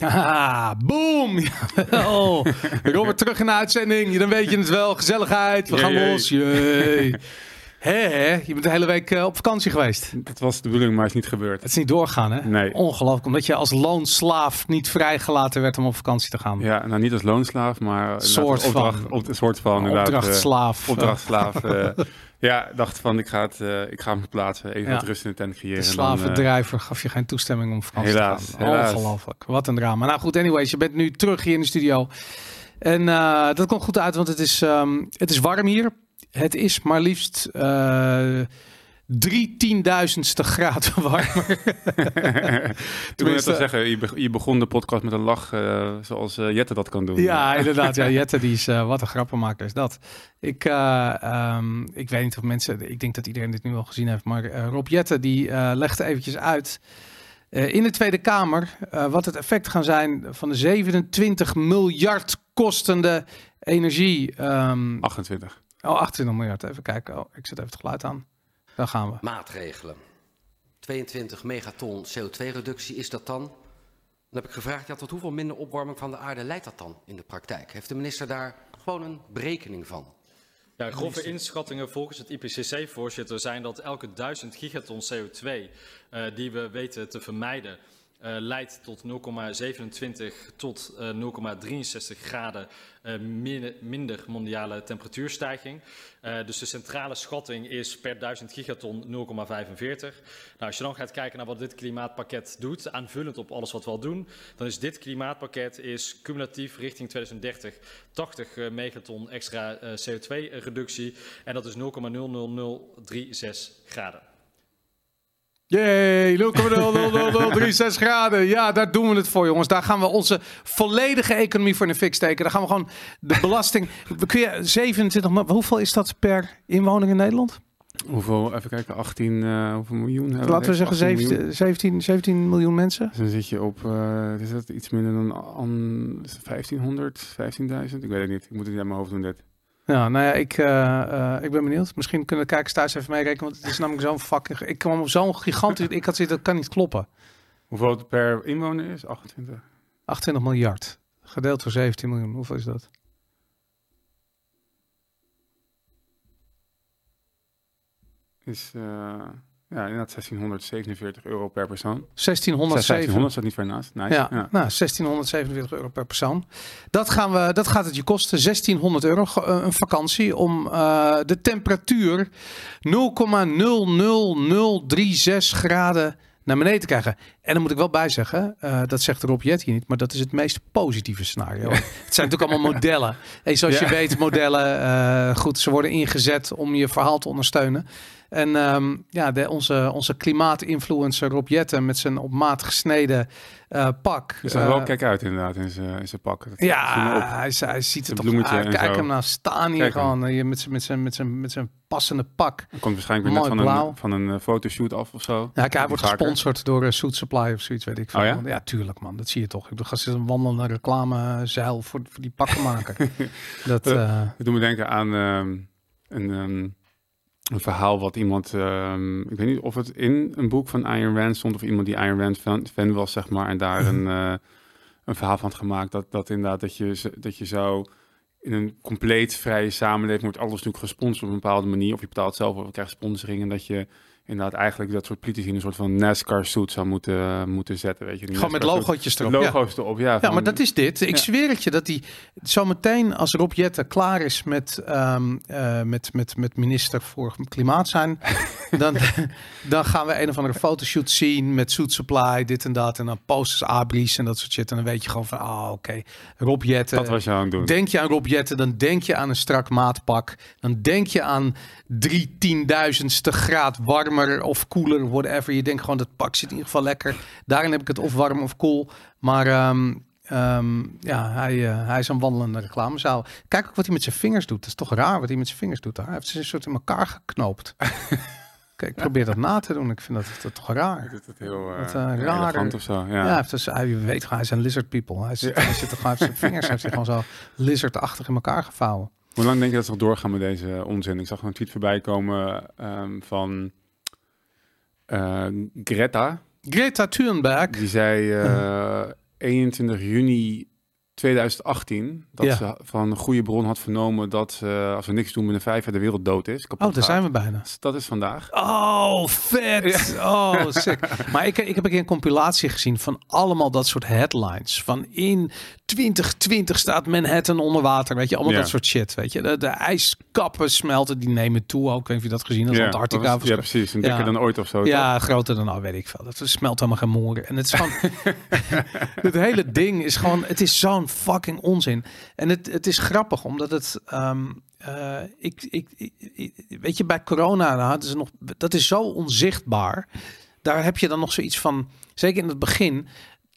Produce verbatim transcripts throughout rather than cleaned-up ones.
Ah, boom! Oh, Robert terug in de uitzending. Dan weet je het wel. Gezelligheid. We gaan Jee. los. Jee. Hé, hé, je bent de hele week uh, op vakantie geweest. Dat was de bedoeling, maar is niet gebeurd. Het is niet doorgaan, hè? Nee. Ongelooflijk. Omdat je als loonslaaf niet vrijgelaten werd om op vakantie te gaan. Ja, nou niet als loonslaaf, maar Soort opdracht, van. op, een soort van inderdaad, Opdrachtslaaf. Uh, opdrachtslaaf. uh, ja, dacht van ik ga het, uh, ik ga hem verplaatsen. Even Ja. wat rust in de tent creëren. De en dan, slavendrijver uh, gaf je geen toestemming om op vakantie helaas, te gaan. helaas. Ongelooflijk. Wat een drama. Nou goed, anyways, je bent nu terug hier in de studio. En uh, dat komt goed uit, want het is, um, het is warm hier. Het is maar liefst uh, drie tienduizendste graden warmer. Ik wil net al zeggen, je, be- je begon de podcast met een lach uh, zoals uh, Jette dat kan doen. Ja, inderdaad. Ja, Jette, die is uh, wat een grappenmaker is dat. Ik, uh, um, ik weet niet of mensen, ik denk dat iedereen dit nu al gezien heeft, maar uh, Rob Jette die uh, legt eventjes uit uh, in de Tweede Kamer uh, wat het effect gaan zijn van de zevenentwintig miljard kostende energie. Um, achtentwintig. Oh, achtentwintig miljard. Even kijken. Oh, ik zet even het geluid aan. Daar gaan we. Maatregelen. tweeëntwintig megaton C O twee reductie is dat dan? Dan heb ik gevraagd, ja, tot hoeveel minder opwarming van de aarde leidt dat dan in de praktijk? Heeft de minister daar gewoon een berekening van? Ja, grove inschattingen volgens het I P C C, voorzitter, zijn dat elke duizend gigaton C O twee uh, die we weten te vermijden, Uh, leidt tot nul komma zevenentwintig tot uh, nul komma drieënzestig graden uh, min, minder mondiale temperatuurstijging. Uh, dus de centrale schatting is per duizend gigaton nul komma vijfenveertig. Nou, als je dan gaat kijken naar wat dit klimaatpakket doet, aanvullend op alles wat we al doen, dan is dit klimaatpakket is cumulatief richting twintig dertig tachtig uh, megaton extra uh, C O twee reductie en dat is nul komma nul nul nul drie zes graden. Jee, nul komma nul nul nul nul drie zes graden. Ja, daar doen we het voor, jongens. Daar gaan we onze volledige economie voor in de fik steken. Daar gaan we gewoon de belasting... Kun je zevenentwintig... Hoeveel is dat per inwoner in Nederland? Hoeveel, even kijken, achttien, uh, hoeveel miljoen hebben we? Laten we zeggen zeventien, zeventien, zeventien miljoen mensen. Dus dan zit je op, uh, is dat iets minder dan an, vijftienhonderd, vijftienduizend? Ik weet het niet. Ik moet het niet aan mijn hoofd doen, dit. Ja, nou ja, ik, uh, uh, ik ben benieuwd. Misschien kunnen de kijkers thuis even meerekenen, want het is namelijk zo'n fucking... Ik kwam op zo'n gigantisch... Ik had zoiets, dat kan niet kloppen. Hoeveel het per inwoner is? achtentwintig. achtentwintig miljard. Gedeeld door zeventien miljoen. Hoeveel is dat? Is, uh, ja, inderdaad zestienhonderdzevenenveertig euro per persoon. zestienhonderdzeven. zestienhonderd staat niet ver naast. Nice. Ja, ja. Nou, zestienhonderdzevenenveertig euro per persoon. Dat, gaan we, dat gaat het je kosten. zestienhonderd euro een vakantie om uh, de temperatuur nul komma nul nul nul drie zes graden naar beneden te krijgen. En dan moet ik wel bij zeggen, uh, dat zegt Rob Jet hier niet, maar dat is het meest positieve scenario. Het zijn natuurlijk allemaal modellen. En zoals ja. je weet, modellen, uh, goed, ze worden ingezet om je verhaal te ondersteunen. En um, ja, de, onze, onze klimaatinfluencer Rob Jette met zijn op maat gesneden uh, pak. Dus uh, wel kijk uit inderdaad in zijn, in zijn pak. Dat ja, hij, hij ziet er toch uit. Kijk hem nou staan hier kijk gewoon uh, met zijn met zijn met zijn met zijn passende pak. Hij komt waarschijnlijk weer net van een, van een uh, fotoshoot af of zo. Ja, kijk, hij wordt gesponsord door uh, Suit Supply of zoiets, weet ik veel. Oh, ja? ja, tuurlijk man, dat zie je toch. Ik bedoel, als een wandelende reclamezeil voor, voor die pakken maken. dat uh, dat doet me denken aan um, een um, een verhaal wat iemand, um, ik weet niet of het in een boek van Ayn Rand stond of iemand die Ayn Rand fan, fan was, zeg maar, en daar een, uh, een verhaal van had gemaakt dat, dat inderdaad dat je, dat je zou in een compleet vrije samenleving wordt alles natuurlijk gesponsord op een bepaalde manier, of je betaalt zelf of je krijgt sponsoring, en dat je inderdaad eigenlijk dat soort politici in een soort van NASCAR-suit zou moeten, uh, moeten zetten. Weet je, gewoon met logootjes erop. Logo's ja. erop, ja. Ja, van, maar dat is dit. Ik ja. zweer het je dat die zometeen als Rob Jette klaar is met, um, uh, met, met, met minister voor klimaat zijn, dan, dan gaan we een of andere fotoshoot zien met Suit Supply, dit en dat, en dan posters, abris en dat soort shit. En dan weet je gewoon van, ah, oké, okay. Rob Jette. Dat was je aan het doen. Denk je aan Rob Jette, dan denk je aan een strak maatpak. Dan denk je aan drie tienduizendste graad warmer of koeler, whatever. Je denkt gewoon, dat pak zit in ieder geval lekker. Daarin heb ik het of warm of koel. Maar um, um, ja, hij, uh, hij is een wandelende reclamezaal. Kijk ook wat hij met zijn vingers doet. Dat is toch raar wat hij met zijn vingers doet. Hij heeft ze een soort in elkaar geknoopt. Kijk, ik probeer dat na te doen. Ik vind dat, dat toch raar. Dat het heel uh, wat, uh, raar of zo. Ja, ja dus, hij weet gewoon, hij is een lizard people. Hij zit, ja. hij zit toch gewoon, zijn vingers heeft hij gewoon zo lizardachtig in elkaar gevouwen. Hoe lang denk je dat ze nog doorgaan met deze onzin? Ik zag een tweet voorbij komen um, van uh, Greta. Greta Thunberg. Die zei, uh, eenentwintig juni tweeduizend achttien. Dat Ja. ze van een goede bron had vernomen dat uh, als we niks doen binnen vijf jaar de wereld dood is. Oh, daar gaat. zijn we bijna. Dat is vandaag. Oh, vet. Oh, sick. Maar ik, ik heb een keer een compilatie gezien van allemaal dat soort headlines. Van in twintig twintig staat Manhattan onder water. Weet je, allemaal Ja. dat soort shit. Weet je, de, de ijskappen smelten, die nemen toe ook. Ik weet niet of je dat gezien hebt. Ja, Antarctica. dat was- ja, precies. En dikker Ja. dan ooit of zo. Ja, groter dan, nou weet ik veel. Dat smelt helemaal geen moer. En het is gewoon, het hele ding is gewoon, het is zo'n fucking onzin. En het, het is grappig, omdat het, um, uh, ik, ik, ik, weet je, bij corona, nou, dat, is nog, dat is zo onzichtbaar. Daar heb je dan nog zoiets van, zeker in het begin.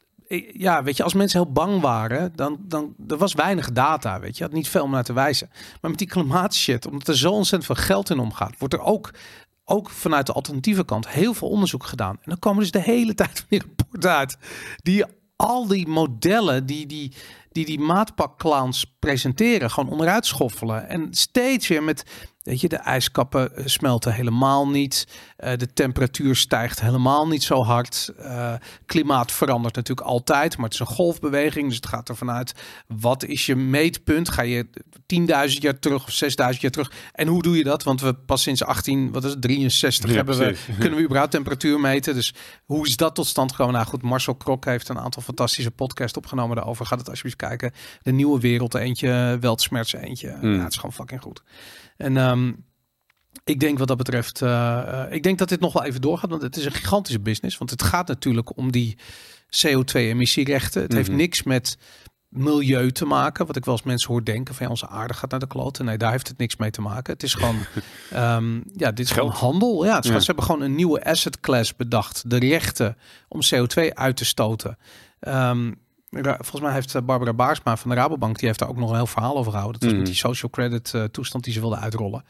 Ja, weet je, als mensen heel bang waren, dan, dan er was weinig data, weet je, had niet veel om naar te wijzen. Maar met die klimaatshit, omdat er zo ontzettend veel geld in omgaat, wordt er ook ook vanuit de alternatieve kant heel veel onderzoek gedaan. En dan komen dus de hele tijd van die rapporten uit die al die modellen die die, die, die maatpakclowns presenteren gewoon onderuit schoffelen. En steeds weer met, weet je, de ijskappen smelten helemaal niet. Uh, de temperatuur stijgt helemaal niet zo hard. Uh, klimaat verandert natuurlijk altijd, maar het is een golfbeweging. Dus het gaat ervan uit, wat is je meetpunt? Ga je tienduizend jaar terug of zesduizend jaar terug? En hoe doe je dat? Want we pas sinds achttien, wat is het, drieënzestig ja, hebben we, precies. kunnen we überhaupt temperatuur meten. Dus hoe is dat tot stand gekomen? Nou goed, Marcel Krok heeft een aantal fantastische podcasts opgenomen daarover. Gaat het alsjeblieft kijken. De Nieuwe Wereld eentje, Weltschmerz eentje. Mm. Ja, het is gewoon fucking goed. En um, ik denk wat dat betreft, uh, uh, ik denk dat dit nog wel even doorgaat, want het is een gigantische business. Want het gaat natuurlijk om die C O twee emissierechten. Het mm-hmm. heeft niks met milieu te maken, wat ik wel eens mensen hoor denken van ja, onze aarde gaat naar de kloten. Nee, daar heeft het niks mee te maken. Het is gewoon, um, ja, dit is Geld. gewoon handel. Ja, het is ja. gewoon, ze hebben gewoon een nieuwe asset class bedacht. De rechten om C O twee uit te stoten. Um, Volgens mij heeft Barbara Baarsma van de Rabobank, die heeft daar ook nog een heel verhaal over gehouden. Dat was mm. met die social credit uh, toestand die ze wilden uitrollen.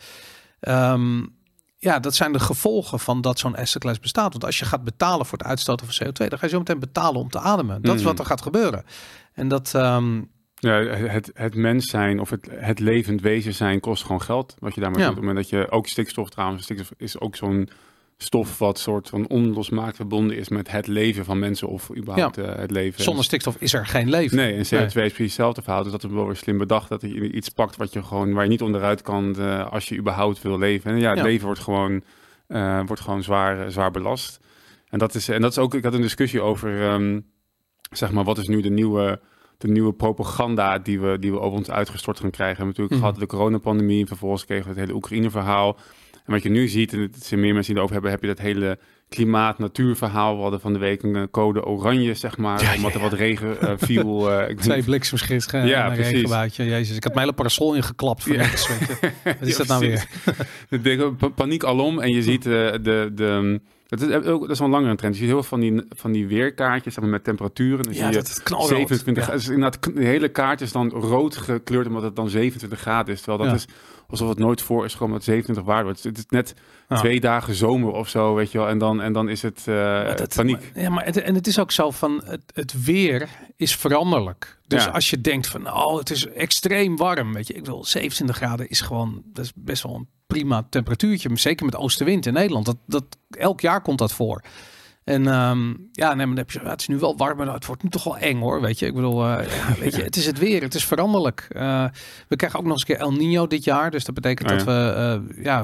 Um, ja, dat zijn de gevolgen van dat zo'n asset class bestaat. Want als je gaat betalen voor het uitstoten van C O twee, dan ga je zo meteen betalen om te ademen. Dat mm. is wat er gaat gebeuren. En dat... Um, ja, het, het mens zijn of het, het levend wezen zijn kost gewoon geld. Wat je daarmee ja. doet. Op het moment dat je ook stikstof trouwens, stikstof is ook zo'n stof wat soort van onlosmaakbaar verbonden is met het leven van mensen of überhaupt ja. uh, het leven. Zonder stikstof is er geen leven. Nee, en C O twee nee. is precies hetzelfde verhaal. Dus dat is wel weer slim bedacht dat je iets pakt wat je gewoon waar je niet onderuit kan uh, als je überhaupt wil leven. En ja, het ja. leven wordt gewoon uh, wordt gewoon zwaar uh, zwaar belast. En dat is en dat is ook. Ik had een discussie over um, zeg maar wat is nu de nieuwe de nieuwe propaganda die we die we op ons uitgestort gaan krijgen. We hebben natuurlijk mm. gehad de coronapandemie, vervolgens kregen we het hele Oekraïne-verhaal. En wat je nu ziet, en het zijn meer mensen die erover hebben, heb je dat hele klimaat-natuurverhaal. We hadden van de week een code oranje, zeg maar, ja, omdat er wat regen uh, viel. Uh, ik Twee bliksemschichten ja, en een regenbuitje. Jezus, ik had mijn hele parasol ingeklapt voor ja. niks. Weet je. Wat is ja, dat nou weer? de paniek alom en je ziet uh, de... de Dat is, ook, dat is wel een langere trend. Je ziet heel veel van die, van die weerkaartjes zeg maar, met temperaturen. Dan ja, zie je dat is knalrood. zevenentwintig Ja. Dus inderdaad, de hele kaart is dan rood gekleurd omdat het dan zevenentwintig graden is. Terwijl dat ja. is alsof het nooit voor is gewoon dat zevenentwintig waarde wordt. Het is net ja. twee dagen zomer of zo, weet je wel. En dan, en dan is het uh, dat, paniek. Maar, ja, maar het, en het is ook zo van, het, het weer is veranderlijk. Dus ja. als je denkt van, oh, het is extreem warm, weet je. Ik bedoel, zevenentwintig graden is gewoon, dat is best wel een prima temperatuurtje. Zeker met oostenwind in Nederland. Dat, dat, elk jaar komt dat voor. En um, ja, nee, maar dan heb je, ja, het is nu wel warm, maar het wordt nu toch wel eng hoor, weet je. Ik bedoel, uh, ja, weet je, het is het weer, het is veranderlijk. Uh, we krijgen ook nog eens een keer El Nino dit jaar. Dus dat betekent oh, ja. dat we, uh, ja,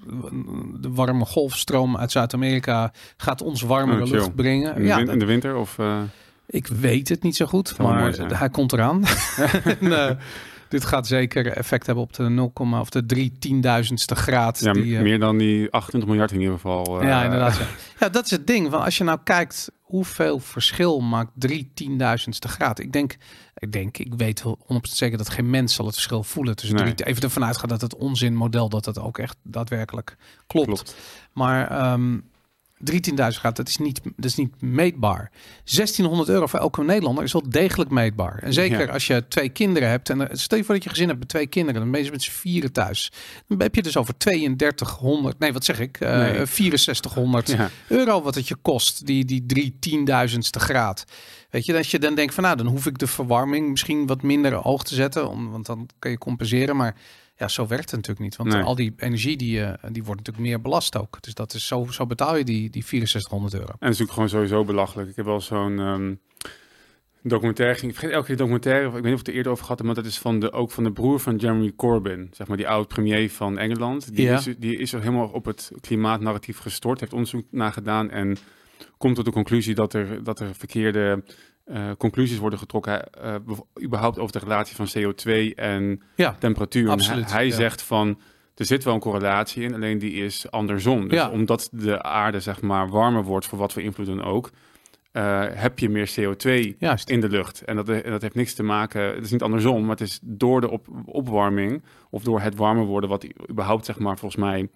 de warme golfstroom uit Zuid-Amerika gaat ons warmere oh, lucht brengen. In de, ja, win- in de winter of... Uh... Ik weet het niet zo goed, maar hij komt eraan. en, uh, dit gaat zeker effect hebben op de nul, of de drie tienduizendste graad. Ja, die, uh, meer dan die achtentwintig miljard in ieder geval. Uh, ja, inderdaad. Ja. ja, dat is het ding. Want als je nou kijkt hoeveel verschil maakt drie tienduizendste graad. Ik denk, ik denk, ik weet honderd procent zeker dat geen mens zal het verschil voelen tussen nee. drie. Even ervan uitgaan dat het onzinmodel dat het ook echt daadwerkelijk klopt. klopt. Maar um, drie tienduizend graden, dat is niet, dat is niet meetbaar. zestienhonderd euro voor elke Nederlander is wel degelijk meetbaar. En zeker ja. als je twee kinderen hebt. En stel je voor dat je gezin hebt met twee kinderen. Dan ben je met z'n vieren thuis. Dan heb je dus over tweeëndertighonderd. Nee, wat zeg ik? Uh, nee. vierenzestighonderd ja. euro wat het je kost. Die, die drie tienduizendste graad. Weet je, dat je dan denkt van nou, dan hoef ik de verwarming misschien wat minder hoog te zetten. Om, want dan kan je compenseren. Maar ja, zo werkt het natuurlijk niet. Want nee. al die energie, die, uh, die wordt natuurlijk meer belast ook. Dus dat is zo, zo betaal je die, die vierenzestighonderd euro. En het is natuurlijk gewoon sowieso belachelijk. Ik heb wel zo'n... Um, documentaire ging. Ik vergeet elke keer documentaire. Ik weet niet of ik het eerder over gehad heb, maar dat is van de, ook van de broer van Jeremy Corbyn. Zeg maar die oud-premier van Engeland. Die, Ja. is, die is er helemaal op het klimaatnarratief gestort. Heeft onderzoek naar gedaan en komt tot de conclusie dat er, dat er verkeerde uh, conclusies worden getrokken. Uh, überhaupt over de relatie van C O twee en Ja, temperatuur. absoluut, En hij hij ja. zegt van, er zit wel een correlatie in, alleen die is andersom. Dus Ja. omdat de aarde zeg maar warmer wordt, voor wat voor invloed dan ook, uh, heb je meer C O twee juist. in de lucht. En dat, en dat heeft niks te maken, het is niet andersom, maar het is door de op, opwarming of door het warmer worden, wat überhaupt zeg maar volgens mij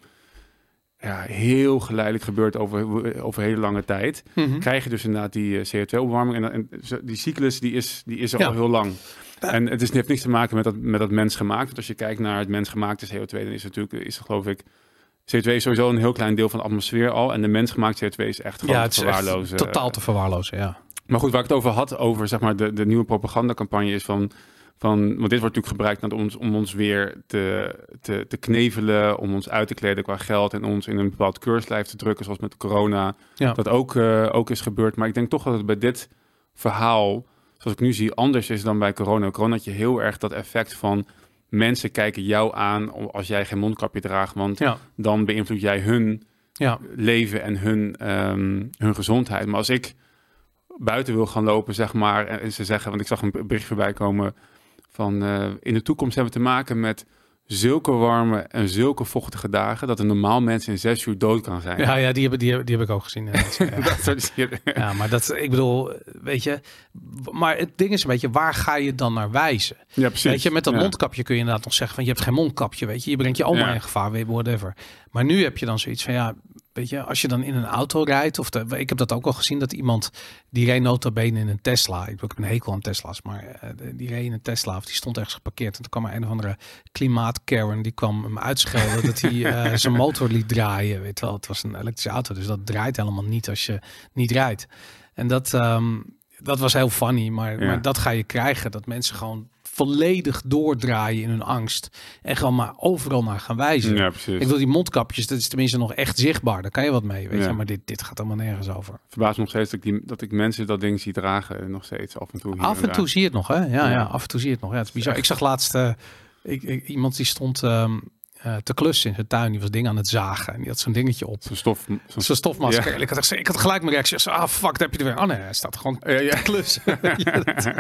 ja, heel geleidelijk gebeurt over, over hele lange tijd, Mhm. krijg je dus inderdaad die uh, C O twee opwarming. En, en die cyclus die is, die is er Ja. al heel lang. En het is, heeft niks te maken met dat, met dat mensgemaakt. Want als je kijkt naar het mensgemaakte C O twee, dan is het natuurlijk, is het geloof ik, C O twee is sowieso een heel klein deel van de atmosfeer al. En de mensgemaakte C O twee is echt gewoon Ja, te het is echt verwaarlozen. totaal te verwaarlozen, ja. Maar goed, waar ik het over had, over zeg maar de, de nieuwe propagandacampagne is van, van, want dit wordt natuurlijk gebruikt naar ons, om ons weer te, te, te knevelen, om ons uit te kleden qua geld en ons in een bepaald keurslijf te drukken, zoals met corona, Ja. dat ook, uh, ook is gebeurd. Maar ik denk toch dat het bij dit verhaal, zoals ik nu zie, anders is dan bij corona. Corona had je heel erg dat effect van mensen kijken jou aan als jij geen mondkapje draagt, want Ja. dan beïnvloed jij hun Ja. leven en hun, um, hun gezondheid. Maar als ik buiten wil gaan lopen, zeg maar, en ze zeggen, want ik zag een bericht voorbij komen van uh, in de toekomst hebben we te maken met zulke warme en zulke vochtige dagen dat een normaal mens in zes uur dood kan zijn. Ja, ja die, hebben, die, die heb ik ook gezien. Ja. Dat soort shit. Ja, maar dat, ik bedoel, weet je, maar het ding is een beetje, waar ga je dan naar wijzen? Ja, precies. Weet je, met dat ja. mondkapje kun je inderdaad nog zeggen van, je hebt geen mondkapje, weet je, je brengt je oma Ja. in gevaar, whatever. Maar nu heb je dan zoiets van, ja, weet je, als je dan in een auto rijdt, of de, ik heb dat ook al gezien, dat iemand, die reed nota bene in een Tesla. Ik heb een hekel aan Tesla's, maar uh, die reed in een Tesla, of die stond ergens geparkeerd. En toen kwam er een of andere klimaat-Karen, die kwam hem uitschelden dat hij uh, zijn motor liet draaien. Weet wel, het was een elektrische auto, dus dat draait helemaal niet als je niet rijdt. En dat, um, dat was heel funny, maar, Ja. maar dat ga je krijgen, dat mensen gewoon volledig doordraaien in hun angst en gewoon maar overal naar gaan wijzen. Ja, precies. Ik wil die mondkapjes, dat is tenminste nog echt zichtbaar. Daar kan je wat mee, weet Ja. je. Maar dit, dit gaat allemaal nergens over. Verbaast me nog steeds dat ik, die, dat ik mensen dat ding zie dragen nog steeds af en toe. Hier Af en toe daar. zie je het nog, hè? Ja, ja. Ja. af en toe zie je het nog. Ja, het is bizar. Ik zag laatst uh, ik, ik, iemand die stond um, uh, te klussen in zijn tuin. Die was dingen aan het zagen. En die had zo'n dingetje op. Zo'n stof. Zo'n Zo'n stofmasker. Ja. Ik, had, ik had gelijk mijn reactie. Ah, fuck, daar heb je er weer. Oh nee, hij staat gewoon Ja, ja. te klussen. Ja, dat-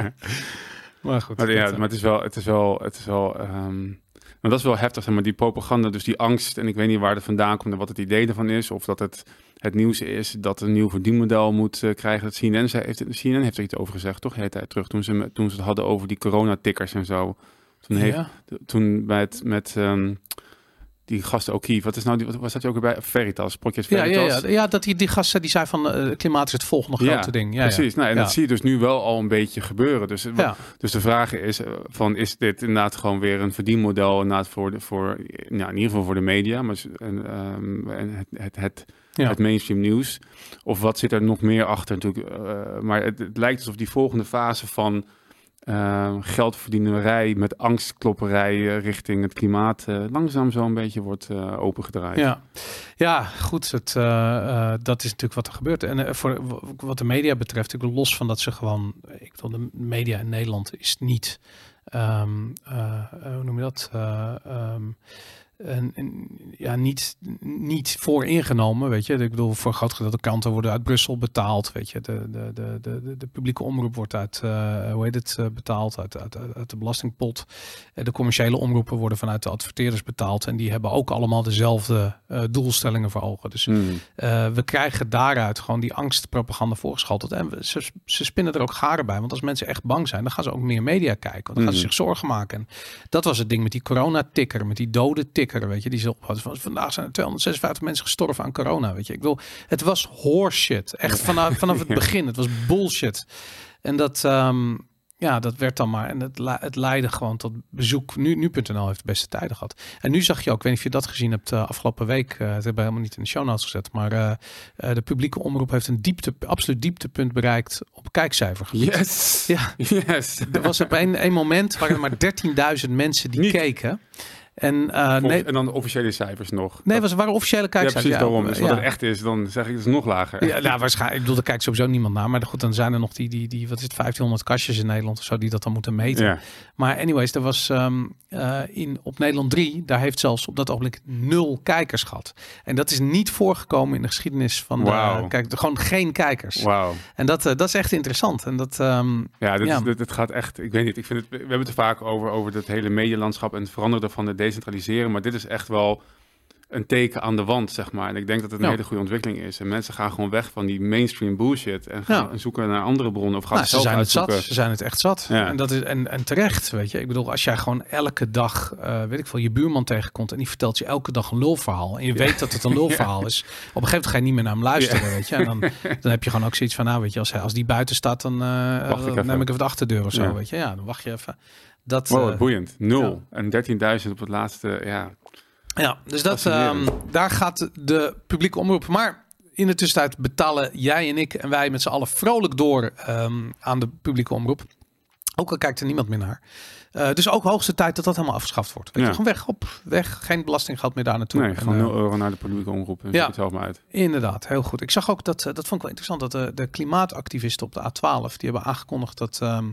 maar goed. Maar, ja, dat, uh, maar het is wel, het is wel, het is wel, um, maar dat is wel heftig, zeg maar, die propaganda, dus die angst, en ik weet niet waar het vandaan komt en wat het idee ervan is, of dat het het nieuws is dat een nieuw verdienmodel moet uh, krijgen. Dat C N N, zei, heeft, C N N heeft er iets over gezegd, toch? De hele tijd terug, toen ze, toen ze het hadden over die coronatickers en zo. Toen, heeft, ja. toen bij het, met um, die gasten O'Keefe, wat is nou, die, wat was dat ook weer bij? Veritas, Project Ja, Veritas. ja, ja, ja, dat die, die gasten die zei van uh, klimaat is het volgende Ja, grote ding. Ja, precies. Ja. Nou, en ja. dat zie je dus nu wel al een beetje gebeuren. Dus, Ja. dus de vraag is, uh, van, is dit inderdaad gewoon weer een verdienmodel inderdaad voor, de, voor nou, in ieder geval voor de media, maar en, um, en het, het, het, Ja. het mainstream nieuws? Of wat zit er nog meer achter natuurlijk? Uh, maar het, het lijkt alsof die volgende fase van uh, geldverdienerij met angstklopperij uh, richting het klimaat uh, langzaam zo een beetje wordt uh, opengedraaid. Ja, ja goed. Het, uh, uh, dat is natuurlijk wat er gebeurt. En uh, voor w- wat de media betreft, ik bedoel, los van dat ze gewoon, ik bedoel, de media in Nederland is niet, um, uh, hoe noem je dat? Uh, um, En, en ja, niet, niet voor ingenomen, weet je. Ik bedoel, voor een groot gedeelte kranten worden uit Brussel betaald, weet je. De, de, de, de, de publieke omroep wordt uit, uh, hoe heet het, uh, betaald, uit, uit, uit de belastingpot. Uh, de commerciële omroepen worden vanuit de adverteerders betaald. En die hebben ook allemaal dezelfde uh, doelstellingen voor ogen. Dus Hmm. uh, we krijgen daaruit gewoon die angstpropaganda voorgeschoteld. En we, ze, ze spinnen er ook garen bij. Want als mensen echt bang zijn, dan gaan ze ook meer media kijken. Want dan gaan ze Hmm. zich zorgen maken. En dat was het ding met die corona-tikker, met die dode tikker. Weet je, die ze op hadden van vandaag zijn er tweehonderdzesenvijftig mensen gestorven aan corona. Weet je, ik wil, het was horseshit. Echt vanaf, vanaf het begin. Het was bullshit. En dat, um, ja, dat werd dan maar. En het, het leidde gewoon tot bezoek. Nu, nu punt n l heeft de beste tijden gehad. En nu zag je ook, ik weet niet of je dat gezien hebt uh, afgelopen week. Uh, het hebben we helemaal niet in de show notes gezet. Maar uh, uh, de publieke omroep heeft een diepte, absoluut dieptepunt bereikt op kijkcijfergebied. Yes! Ja. Yes! Er was op een, een moment waren er maar dertienduizend mensen die Niet. keken. En, uh, Volgens, nee, en dan de officiële cijfers nog. Nee, het waren officiële kijkcijfers. Ja, precies ja, daarom. Dus wat ja. het echt is, dan zeg ik het is nog lager. Ja, nou, waarschijnlijk. Ik bedoel, daar kijkt sowieso niemand naar. Maar goed, dan zijn er nog die, die, die wat is het, vijftienhonderd kastjes in Nederland of zo die dat dan moeten meten. Ja. Maar anyways, er was um, uh, in, op Nederland drie, daar heeft zelfs op dat ogenblik nul kijkers gehad. En dat is niet voorgekomen in de geschiedenis van de... Wow. Kijk, gewoon geen kijkers. Wauw. En dat, uh, dat is echt interessant. En dat, um, ja, dit, ja. Is, dit, dit gaat echt... Ik weet niet, ik vind het... We hebben het er vaak over, over het hele medialandschap en het veranderen van de decentraliseren. Maar dit is echt wel een teken aan de wand, zeg maar. En ik denk dat het een ja. hele goede ontwikkeling is. En mensen gaan gewoon weg van die mainstream bullshit en gaan ja. zoeken naar andere bronnen of gaan nou, het ze zelf zijn het uitzoeken. zat. Ze zijn het echt zat. Ja. En, dat is, en, en terecht, weet je. Ik bedoel, als jij gewoon elke dag, uh, weet ik veel, je buurman tegenkomt en die vertelt je elke dag een lulverhaal. En je Ja. weet dat het een lulverhaal ja. is. Op een gegeven moment ga je niet meer naar hem luisteren, ja. weet je. En dan, dan heb je gewoon ook zoiets van, nou weet je, als, hij, als die buiten staat, dan, uh, Wacht ik dan neem ik even de achterdeur of zo, ja. weet je. Ja, dan wacht je even. Dat, wow, uh, boeiend. Nul. Ja. En dertienduizend op het laatste, ja... Ja, dus dat, um, daar gaat de publieke omroep. Maar in de tussentijd betalen jij en ik en wij met z'n allen vrolijk door um, aan de publieke omroep. Ook al kijkt er niemand meer naar. Uh, dus ook hoogste tijd dat dat helemaal afgeschaft wordt. Weet ja. je, gewoon weg, op, weg. Geen belastinggeld meer daar naartoe. Nee, gewoon nul uh, euro naar de publieke omroep. En ja, het zelf maar uit. Inderdaad, heel goed. Ik zag ook dat, uh, dat vond ik wel interessant, dat de, de klimaatactivisten op de A twaalf, die hebben aangekondigd dat... Um,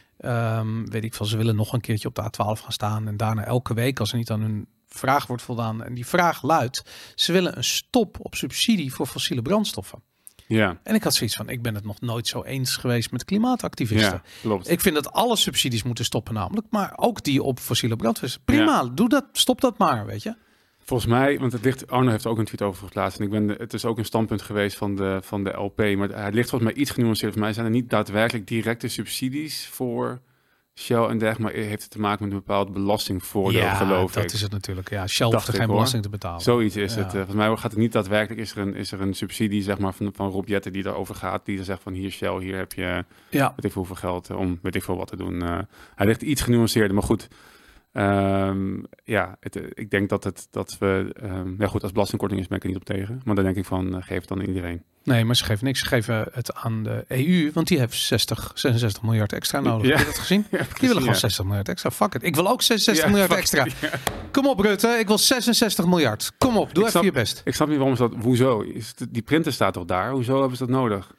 um, weet ik veel, ze willen nog een keertje op de A twaalf gaan staan. En daarna elke week, als er niet aan hun vraag wordt voldaan. En die vraag luidt, ze willen een stop op subsidie voor fossiele brandstoffen. Ja. En ik had zoiets van, ik ben het nog nooit zo eens geweest met klimaatactivisten. Ja, klopt. Ik vind dat alle subsidies moeten stoppen namelijk, maar ook die op fossiele brandstoffen. Prima, ja. doe dat, stop dat maar, weet je. Volgens mij, want het ligt, Arno heeft er ook een tweet over geplaatst. En ik ben de, het is ook een standpunt geweest van de, van de L P. Maar het ligt volgens mij iets genuanceerd. Voor mij zijn er niet daadwerkelijk directe subsidies voor Shell en dergelijke, maar heeft het te maken met een bepaald belastingvoordeel, ja, geloof dat ik. is het natuurlijk. Ja, Shell hoeft er geen hoor. belasting te betalen. Zoiets is ja. het. Uh, volgens mij gaat het niet daadwerkelijk, is er een, is er een subsidie zeg maar, van, van Rob Jetten die daarover gaat, die er zegt van hier Shell, hier heb je ja. weet ik hoeveel geld om weet ik veel wat te doen. Uh, hij ligt iets genuanceerder, maar goed. Um, ja, het, ik denk dat, het, dat we... Um, ja goed, als belastingkorting is ben ik er niet op tegen. Maar dan denk ik van, uh, geef het dan iedereen. Nee, maar ze geven niks. Ze geven het aan de E U, want die heeft zestig, zesenzestig miljard extra nodig. Ja. Heb je dat gezien? Ja, precies, die willen gewoon ja. zestig miljard extra. Fuck it. Ik wil ook zesenzestig ja, miljard extra. It, ja. Kom op Rutte, ik wil zesenzestig miljard. Kom op, doe ik even snap, je best. Ik snap niet waarom is dat... Hoezo? Is het, die printer staat toch daar? Hoezo hebben ze dat nodig?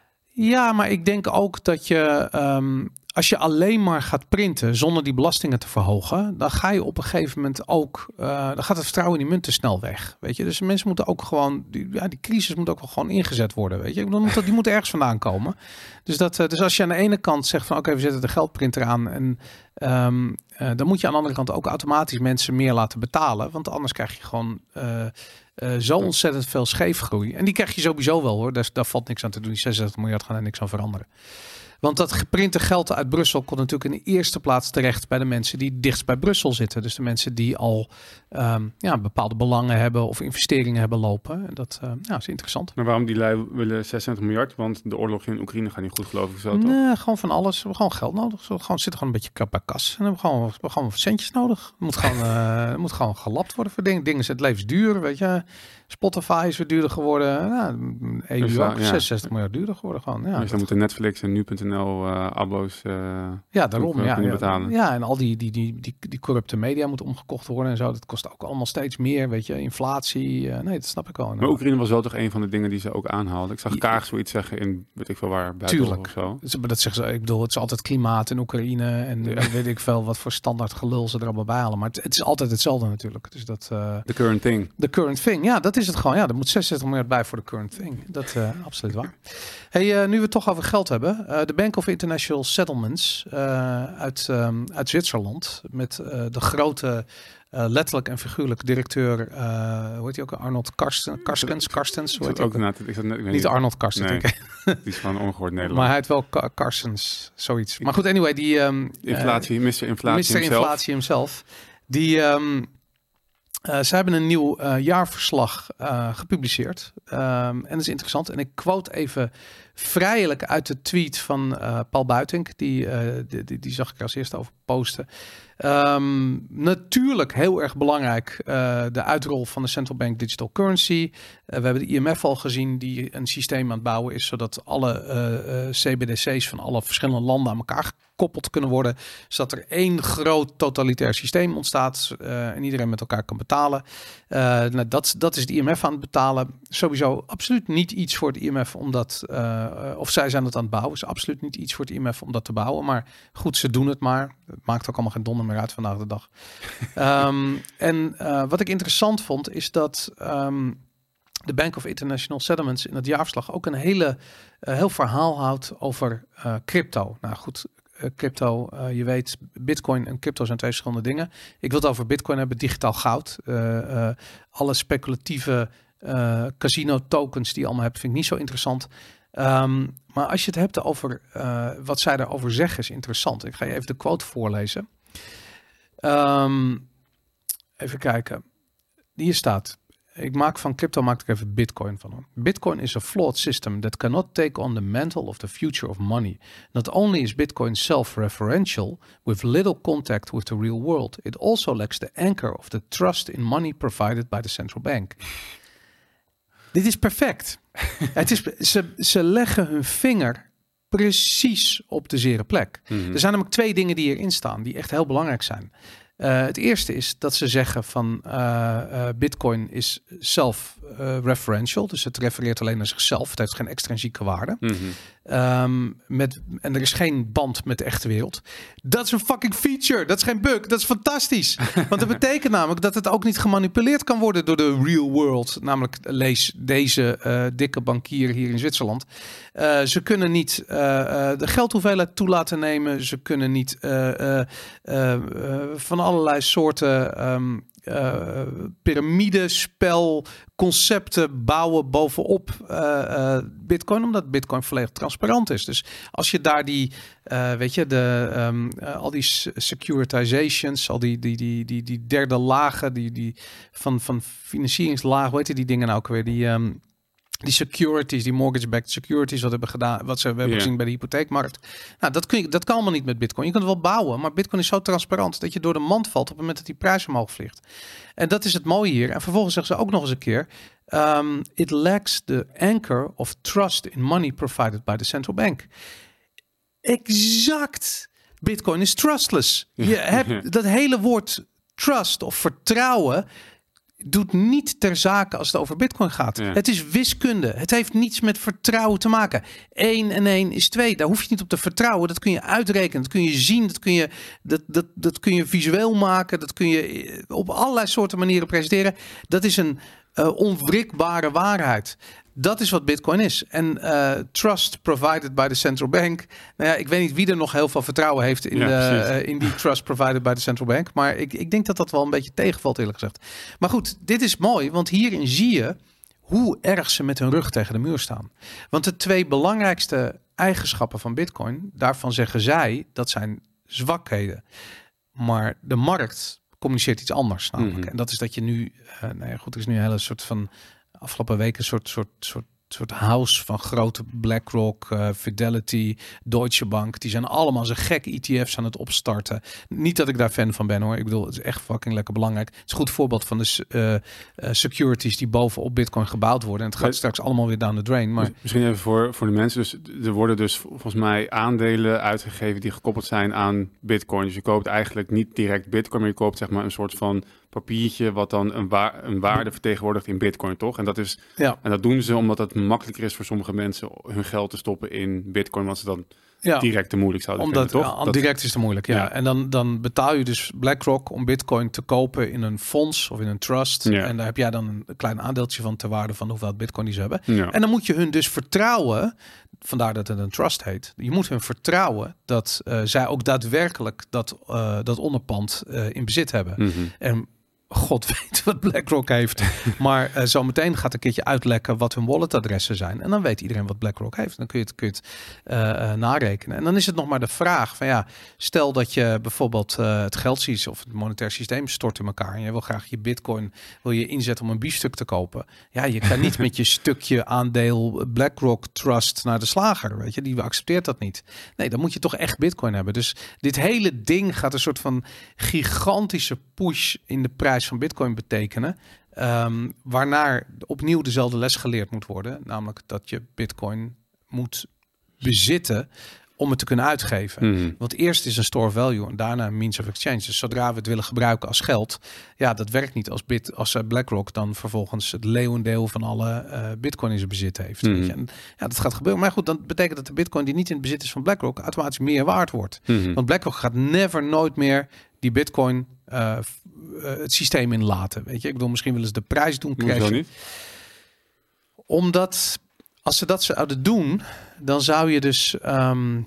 Ja, maar ik denk ook dat je... Um, als je alleen maar gaat printen zonder die belastingen te verhogen, dan ga je op een gegeven moment ook, uh, dan gaat het vertrouwen in die munt te snel weg. Weet je, dus mensen moeten ook gewoon, die, ja, die crisis moet ook wel gewoon ingezet worden. Weet je, dan moet dat, die moet ergens vandaan komen. Dus dat, uh, dus als je aan de ene kant zegt van, oké, okay, we zetten de geldprinter aan en um, uh, dan moet je aan de andere kant ook automatisch mensen meer laten betalen, want anders krijg je gewoon uh, uh, zo ontzettend veel scheefgroei. En die krijg je sowieso wel hoor. Daar, daar valt niks aan te doen. Die zesenzestig miljard gaan er niks aan veranderen. Want dat geprinte geld uit Brussel komt natuurlijk in de eerste plaats terecht bij de mensen die dichtst bij Brussel zitten. Dus de mensen die al um, ja, bepaalde belangen hebben of investeringen hebben lopen. Dat uh, ja, is interessant. Maar waarom die lui willen zesenzestig miljard? Want de oorlog in Oekraïne gaat niet goed, geloof ik. Zo, toch? Nee, gewoon van alles. We hebben gewoon geld nodig. We gewoon, zitten gewoon een beetje bij kas. En we hebben gewoon, we hebben gewoon centjes nodig. Het moet gewoon, uh, moet gewoon gelapt worden voor dingen. Dingen het leven is duur, weet je. Spotify is weer duurder geworden. Nou, E U dus, ook ja. zesenzestig miljard duurder geworden. Gewoon, ja, dus dan moeten Netflix en nu punt n l uh, abo's uh, ja, daarom, ja, ja, betalen. Ja, en al die, die, die, die, die corrupte media moeten omgekocht worden en zo. Dat kost ook allemaal steeds meer, weet je. Inflatie, uh, nee, dat snap ik wel. Maar Oekraïne was wel toch een van de dingen die ze ook aanhaalden. Ik zag Kaag zoiets zeggen in, weet ik veel waar, buiten of zo. Maar dat zeggen ze, ik bedoel, het is altijd klimaat in Oekraïne en ja. weet ik veel wat voor standaard gelul ze er allemaal bij halen. Maar het, het is altijd hetzelfde natuurlijk. Dus dat... Uh, the current thing. The current thing, ja, dat is het gewoon. Ja, er moet zesenzestig miljard bij voor de current thing. Dat uh, absoluut waar. Hey, uh, nu we het toch over geld hebben. Uh, de Bank of International Settlements uh, uit, um, uit Zwitserland. Met uh, de grote, uh, letterlijk en figuurlijk directeur, uh, hoe heet hij ook? Arnold Karsten, Karstens, Karstens. Hoe heet hij ook? ook? Is dat, ik niet niet Arnold Karsten. Nee, die is gewoon ongehoord Nederland. Maar hij heet wel Ka Karstens, zoiets. Maar goed, anyway, die... Um, inflatie, uh, mister Inflatie mister Inflatie himself. Die... Um, Uh, ze hebben een nieuw uh, jaarverslag uh, gepubliceerd. Um, en dat is interessant. En ik quote even vrijelijk uit de tweet van uh, Paul Buitink. Die, uh, die, die, die zag ik er als eerste over posten. Um, natuurlijk heel erg belangrijk uh, de uitrol van de Central Bank Digital Currency. Uh, we hebben de I M F al gezien die een systeem aan het bouwen is, zodat alle uh, uh, C B D C's van alle verschillende landen aan elkaar gekoppeld kunnen worden, zodat er één groot totalitair systeem ontstaat uh, en iedereen met elkaar kan betalen. Uh, nou, dat, dat is de I M F aan het betalen. Sowieso absoluut niet iets voor het I M F omdat, uh, of zij zijn het aan het bouwen, is absoluut niet iets voor het I M F om dat te bouwen. Maar goed, ze doen het maar. Het maakt ook allemaal geen donder meer uit vandaag de dag. um, en uh, wat ik interessant vond is dat um, de Bank of International Settlements in het jaarverslag ook een hele uh, heel verhaal houdt over uh, crypto. Nou goed, uh, crypto, uh, je weet, Bitcoin en crypto zijn twee verschillende dingen. Ik wil het over Bitcoin hebben, digitaal goud. Uh, uh, alle speculatieve uh, casino tokens die je allemaal hebt, vind ik niet zo interessant. Um, maar als je het hebt over uh, wat zij daarover zeggen, is interessant. Ik ga je even de quote voorlezen. Um, even kijken. Hier staat: ik maak van crypto maak ik even Bitcoin van hem. Bitcoin is a flawed system that cannot take on the mantle of the future of money. Not only is Bitcoin self-referential with little contact with the real world, it also lacks the anchor of the trust in money provided by the central bank. Dit is perfect. Het is, ze, ze leggen hun vinger precies op de zere plek. Mm-hmm. Er zijn namelijk twee dingen die hierin staan die echt heel belangrijk zijn. Uh, het eerste is dat ze zeggen van uh, uh, Bitcoin is self-referential. Uh, dus het refereert alleen naar zichzelf. Het heeft geen extrinsieke waarde. Mm-hmm. Um, met, en er is geen band met de echte wereld. Dat is een fucking feature. Dat is geen bug. Dat is fantastisch. Want dat betekent namelijk dat het ook niet gemanipuleerd kan worden door de real world. Namelijk lees deze uh, dikke bankier hier in Zwitserland. Uh, ze kunnen niet uh, uh, de geldhoeveelheid toe laten nemen. Ze kunnen niet uh, uh, uh, uh, van allerlei soorten um, uh, piramidespel concepten bouwen bovenop uh, uh, Bitcoin, omdat Bitcoin volledig transparant is. Dus als je daar die, uh, weet je, de um, uh, al die securitizations, al die die die die die derde lagen, die die van van financieringslagen, weet je die dingen nou ook weer die um, die securities, die mortgage-backed securities, wat hebben gedaan, wat ze we hebben yeah. gezien bij de hypotheekmarkt. Nou, dat kun je, dat kan allemaal niet met Bitcoin. Je kunt het wel bouwen, maar Bitcoin is zo transparant dat je door de mand valt op het moment dat die prijs omhoog vliegt. En dat is het mooie hier. En vervolgens zeggen ze ook nog eens een keer: um, it lacks the anchor of trust in money provided by the central bank. Exact. Bitcoin is trustless. Je hebt dat hele woord trust of vertrouwen doet niet ter zake als het over Bitcoin gaat. Ja. Het is wiskunde. Het heeft niets met vertrouwen te maken. één en één is twee. Daar hoef je niet op te vertrouwen. Dat kun je uitrekenen. Dat kun je zien. Dat kun je, dat, dat, dat kun je visueel maken. Dat kun je op allerlei soorten manieren presenteren. Dat is een uh, onwrikbare waarheid. Dat is wat Bitcoin is. En uh, trust provided by the central bank. Nou ja, ik weet niet wie er nog heel veel vertrouwen heeft in, ja, de, uh, in die trust provided by the central bank. Maar ik, ik denk dat dat wel een beetje tegenvalt, eerlijk gezegd. Maar goed, dit is mooi, want hierin zie je hoe erg ze met hun rug tegen de muur staan. Want de twee belangrijkste eigenschappen van Bitcoin, daarvan zeggen zij dat zijn zwakheden. Maar de markt communiceert iets anders namelijk. Mm-hmm. En dat is dat je nu, uh, nou ja, goed, er is nu een hele soort van afgelopen weken een soort, soort, soort, soort house van grote BlackRock, uh, Fidelity, Deutsche Bank. Die zijn allemaal zo gek E T F's aan het opstarten. Niet dat ik daar fan van ben hoor. Ik bedoel, het is echt fucking lekker belangrijk. Het is een goed voorbeeld van de uh, uh, securities die bovenop Bitcoin gebouwd worden. En het gaat maar straks allemaal weer down the drain. Maar misschien even voor, voor de mensen. Dus er worden dus volgens mij aandelen uitgegeven die gekoppeld zijn aan Bitcoin. Dus je koopt eigenlijk niet direct Bitcoin, maar je koopt zeg maar een soort van papiertje wat dan een, wa- een waarde vertegenwoordigt in Bitcoin, toch? En dat is ja. En dat doen ze omdat het makkelijker is voor sommige mensen hun geld te stoppen in Bitcoin, want ze dan ja. direct te moeilijk zouden omdat, vinden, toch? Ja, dat direct is te moeilijk, ja. ja. En dan, dan betaal je dus BlackRock om Bitcoin te kopen in een fonds of in een trust. Ja. En daar heb jij dan een klein aandeeltje van ter waarde van hoeveel Bitcoin die ze hebben. Ja. En dan moet je hun dus vertrouwen, vandaar dat het een trust heet. Je moet hun vertrouwen dat uh, zij ook daadwerkelijk dat, uh, dat onderpand uh, in bezit hebben. Mm-hmm. En God weet wat BlackRock heeft. Maar uh, zometeen gaat een keertje uitlekken wat hun walletadressen zijn. En dan weet iedereen wat BlackRock heeft. Dan kun je het, kun je het uh, uh, narekenen. En dan is het nog maar de vraag van ja, stel dat je bijvoorbeeld uh, het geldsys of het monetair systeem stort in elkaar. En je wil graag je bitcoin wil je inzetten om een biefstuk te kopen. Ja, je kan niet met je stukje aandeel BlackRock Trust naar de slager. Weet je, die accepteert dat niet. Nee, dan moet je toch echt bitcoin hebben. Dus dit hele ding gaat een soort van gigantische push in de prijs van bitcoin betekenen. Um, waarnaar opnieuw dezelfde les geleerd moet worden. Namelijk dat je bitcoin moet bezitten om het te kunnen uitgeven. Mm-hmm. Want eerst is een store of value en daarna een means of exchange. Dus zodra we het willen gebruiken als geld, ja, dat werkt niet als bit als BlackRock dan vervolgens het leeuwendeel van alle uh, bitcoin in zijn bezit heeft. Mm-hmm. Weet je? En, ja, dat gaat gebeuren. Maar goed, dan betekent dat de bitcoin die niet in het bezit is van BlackRock automatisch meer waard wordt. Mm-hmm. Want BlackRock gaat never nooit meer die bitcoin uh, uh, het systeem inlaten. Weet je, ik bedoel, misschien willen ze de prijs doen crashen. Niet? Omdat als ze dat zouden doen, dan zou je dus um,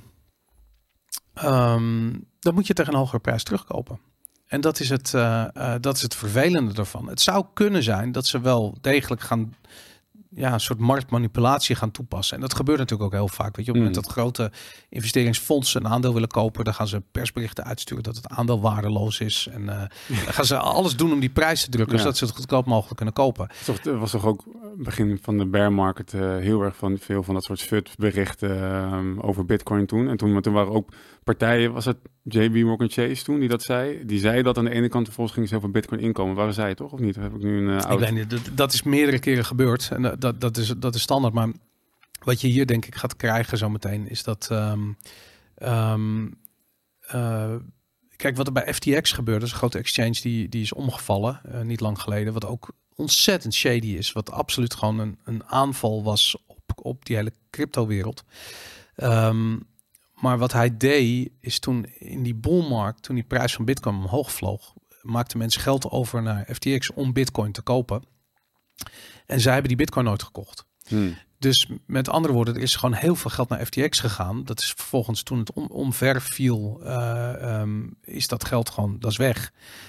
um, dan moet je tegen een hogere prijs terugkopen. En dat is het, uh, uh, dat is het vervelende ervan. Het zou kunnen zijn dat ze wel degelijk gaan, ja, een soort marktmanipulatie gaan toepassen. En dat gebeurt natuurlijk ook heel vaak. Weet je, op het moment dat grote investeringsfondsen een aandeel willen kopen, dan gaan ze persberichten uitsturen dat het aandeel waardeloos is. En uh, dan gaan ze alles doen om die prijs te drukken, ja, zodat ze het goedkoop mogelijk kunnen kopen. Het was toch ook begin van de bear market uh, heel erg van veel van dat soort F U D-berichten uh, over Bitcoin toen. En toen, toen waren ook partijen, was het J B Morgan Chase toen die dat zei? Die zei dat aan de ene kant vervolgens ging zoveel Bitcoin inkomen. Waren zij toch of niet? Heb ik nu een uh, ik weet niet. Dat, dat is meerdere keren gebeurd en uh, dat, dat is dat is standaard. Maar wat je hier denk ik gaat krijgen zometeen is dat um, um, uh, kijk wat er bij F T X gebeurde. Dat is een grote exchange die die is omgevallen uh, niet lang geleden. Wat ook ontzettend shady is. Wat absoluut gewoon een, een aanval was op, op die hele crypto-wereld. Um, maar wat hij deed, is toen in die bullmarkt, toen die prijs van Bitcoin omhoog vloog, maakten mensen geld over naar F T X om Bitcoin te kopen. En zij hebben die Bitcoin nooit gekocht. Hmm. Dus met andere woorden, er is gewoon heel veel geld naar F T X gegaan. Dat is vervolgens toen het om, omver viel, uh, um, is dat geld gewoon, dat is weg.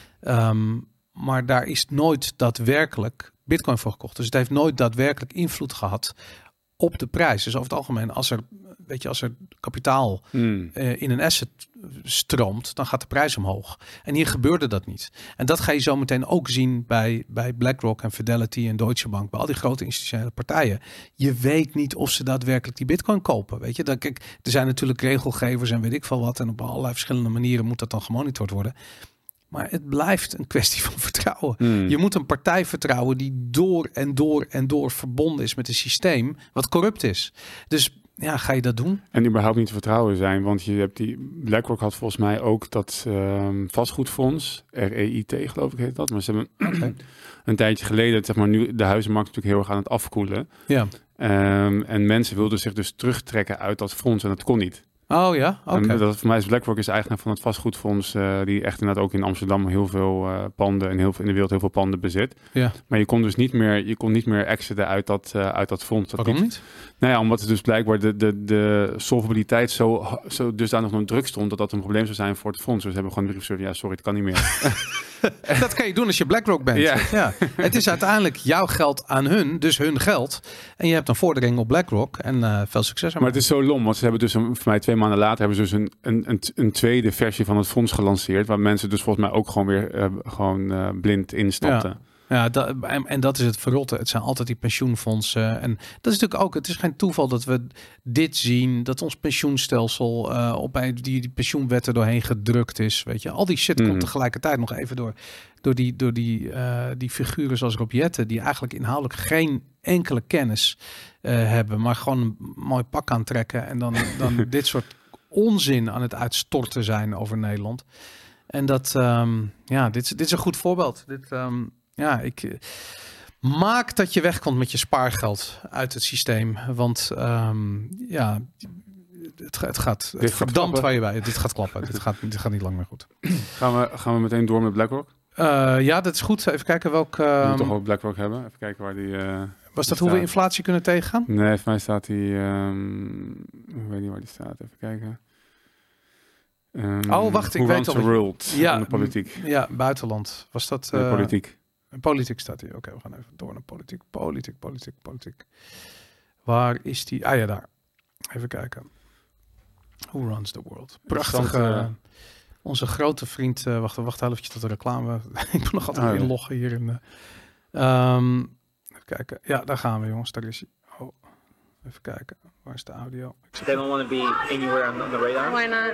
Um, Maar daar is nooit daadwerkelijk Bitcoin voor gekocht. Dus het heeft nooit daadwerkelijk invloed gehad op de prijs. Dus over het algemeen, als er, weet je, als er kapitaal mm. uh, in een asset stroomt, dan gaat de prijs omhoog. En hier gebeurde dat niet. En dat ga je zo meteen ook zien bij, bij BlackRock en Fidelity en Deutsche Bank, bij al die grote institutionele partijen. Je weet niet of ze daadwerkelijk die Bitcoin kopen. Weet je, dan, kijk, er zijn natuurlijk regelgevers en weet ik veel wat. En op allerlei verschillende manieren moet dat dan gemonitord worden. Maar het blijft een kwestie van vertrouwen. Mm. Je moet een partij vertrouwen die door en door en door verbonden is met een systeem wat corrupt is. Dus ja, ga je dat doen? En überhaupt niet te vertrouwen zijn, want je hebt die BlackRock had volgens mij ook dat um, vastgoedfonds, R E I T geloof ik heet dat, maar ze hebben okay. een tijdje geleden, zeg maar nu de huizenmarkt natuurlijk heel erg aan het afkoelen. Ja. Um, en mensen wilden zich dus terugtrekken uit dat fonds en dat kon niet. Oh ja, oké. Okay. Dat voor mij is BlackRock is eigenaar van het vastgoedfonds uh, die echt inderdaad ook in Amsterdam heel veel uh, panden en heel veel in de wereld heel veel panden bezit. Ja. Maar je kon dus niet meer, je kon niet meer exiten uit dat uh, uit dat fonds. Dat Waarom niet? niet? Nou ja, omdat het dus blijkbaar de de de solvabiliteit zo zo dus daar nog een druk stond dat dat een probleem zou zijn voor het fonds. Dus ze hebben gewoon een brief gezegd, ja sorry, het kan niet meer. Dat kan je doen als je BlackRock bent. Ja. Ja. Het is uiteindelijk jouw geld aan hun, dus hun geld. En je hebt een vordering op BlackRock en uh, veel succes ermee. Maar het is zo lom, want ze hebben dus een, voor mij twee maanden later hebben ze dus een, een, een, een tweede versie van het fonds gelanceerd, waar mensen dus volgens mij ook gewoon weer uh, gewoon uh, blind instapten. Ja. Ja, dat, en, en dat is het verrotte. Het zijn altijd die pensioenfondsen. En dat is natuurlijk ook, het is geen toeval dat we dit zien, dat ons pensioenstelsel uh, op een, die, die pensioenwetten doorheen gedrukt is. Weet je, al die shit mm. komt tegelijkertijd nog even door, door die, door die, uh, die figuren zoals Rob Jetten, die eigenlijk inhoudelijk geen enkele kennis uh, hebben, maar gewoon een mooi pak aantrekken en dan, dan dit soort onzin aan het uitstorten zijn over Nederland. En dat, um, ja, dit, dit is een goed voorbeeld. Dit, um, Ja, ik uh, maak dat je wegkomt met je spaargeld uit het systeem. Want um, ja, het, het gaat het verdampt waar je bij. Dit gaat klappen. dit, gaat, dit gaat niet lang meer goed. Gaan we, gaan we meteen door met BlackRock? Uh, ja, dat is goed. Even kijken welke... Um, we moeten toch ook BlackRock hebben. Even kijken waar die... Uh, was dat die hoe we inflatie kunnen tegengaan? Nee, voor mij staat die... Um, ik weet niet waar die staat. Even kijken. Um, Oh, wacht, ik Who weet runs al. the world Ja, aan de politiek. Ja, buitenland. Was dat... Uh, Uh, politiek. Politiek staat hier. Oké, okay, we gaan even door naar politiek. Politiek, politiek, politiek. Waar is die? Ah ja, daar. Even kijken. Who runs the world? Prachtige... Uh, onze grote vriend... Uh, wacht, wacht even tot de reclame. Ik moet nog altijd oh, inloggen hier. In, uh, um, even kijken. Ja, daar gaan we, jongens. Daar is hij. Oh, even kijken. Waar is de audio? They don't want to be anywhere on the radar? Why not?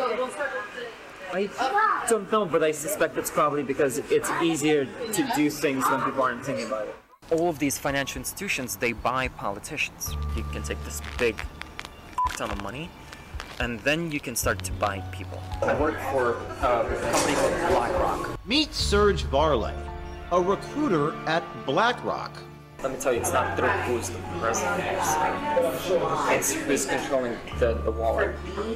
I don't know, but I suspect it's probably because it's easier to do things when people aren't thinking about it. All of these financial institutions, they buy politicians. You can take this big ton of money, and then you can start to buy people. I work for a company called BlackRock. Meet Serge Varley, a recruiter at BlackRock. Let me tell you, it's not Trump who's the president. It's who's controlling the, the wallet.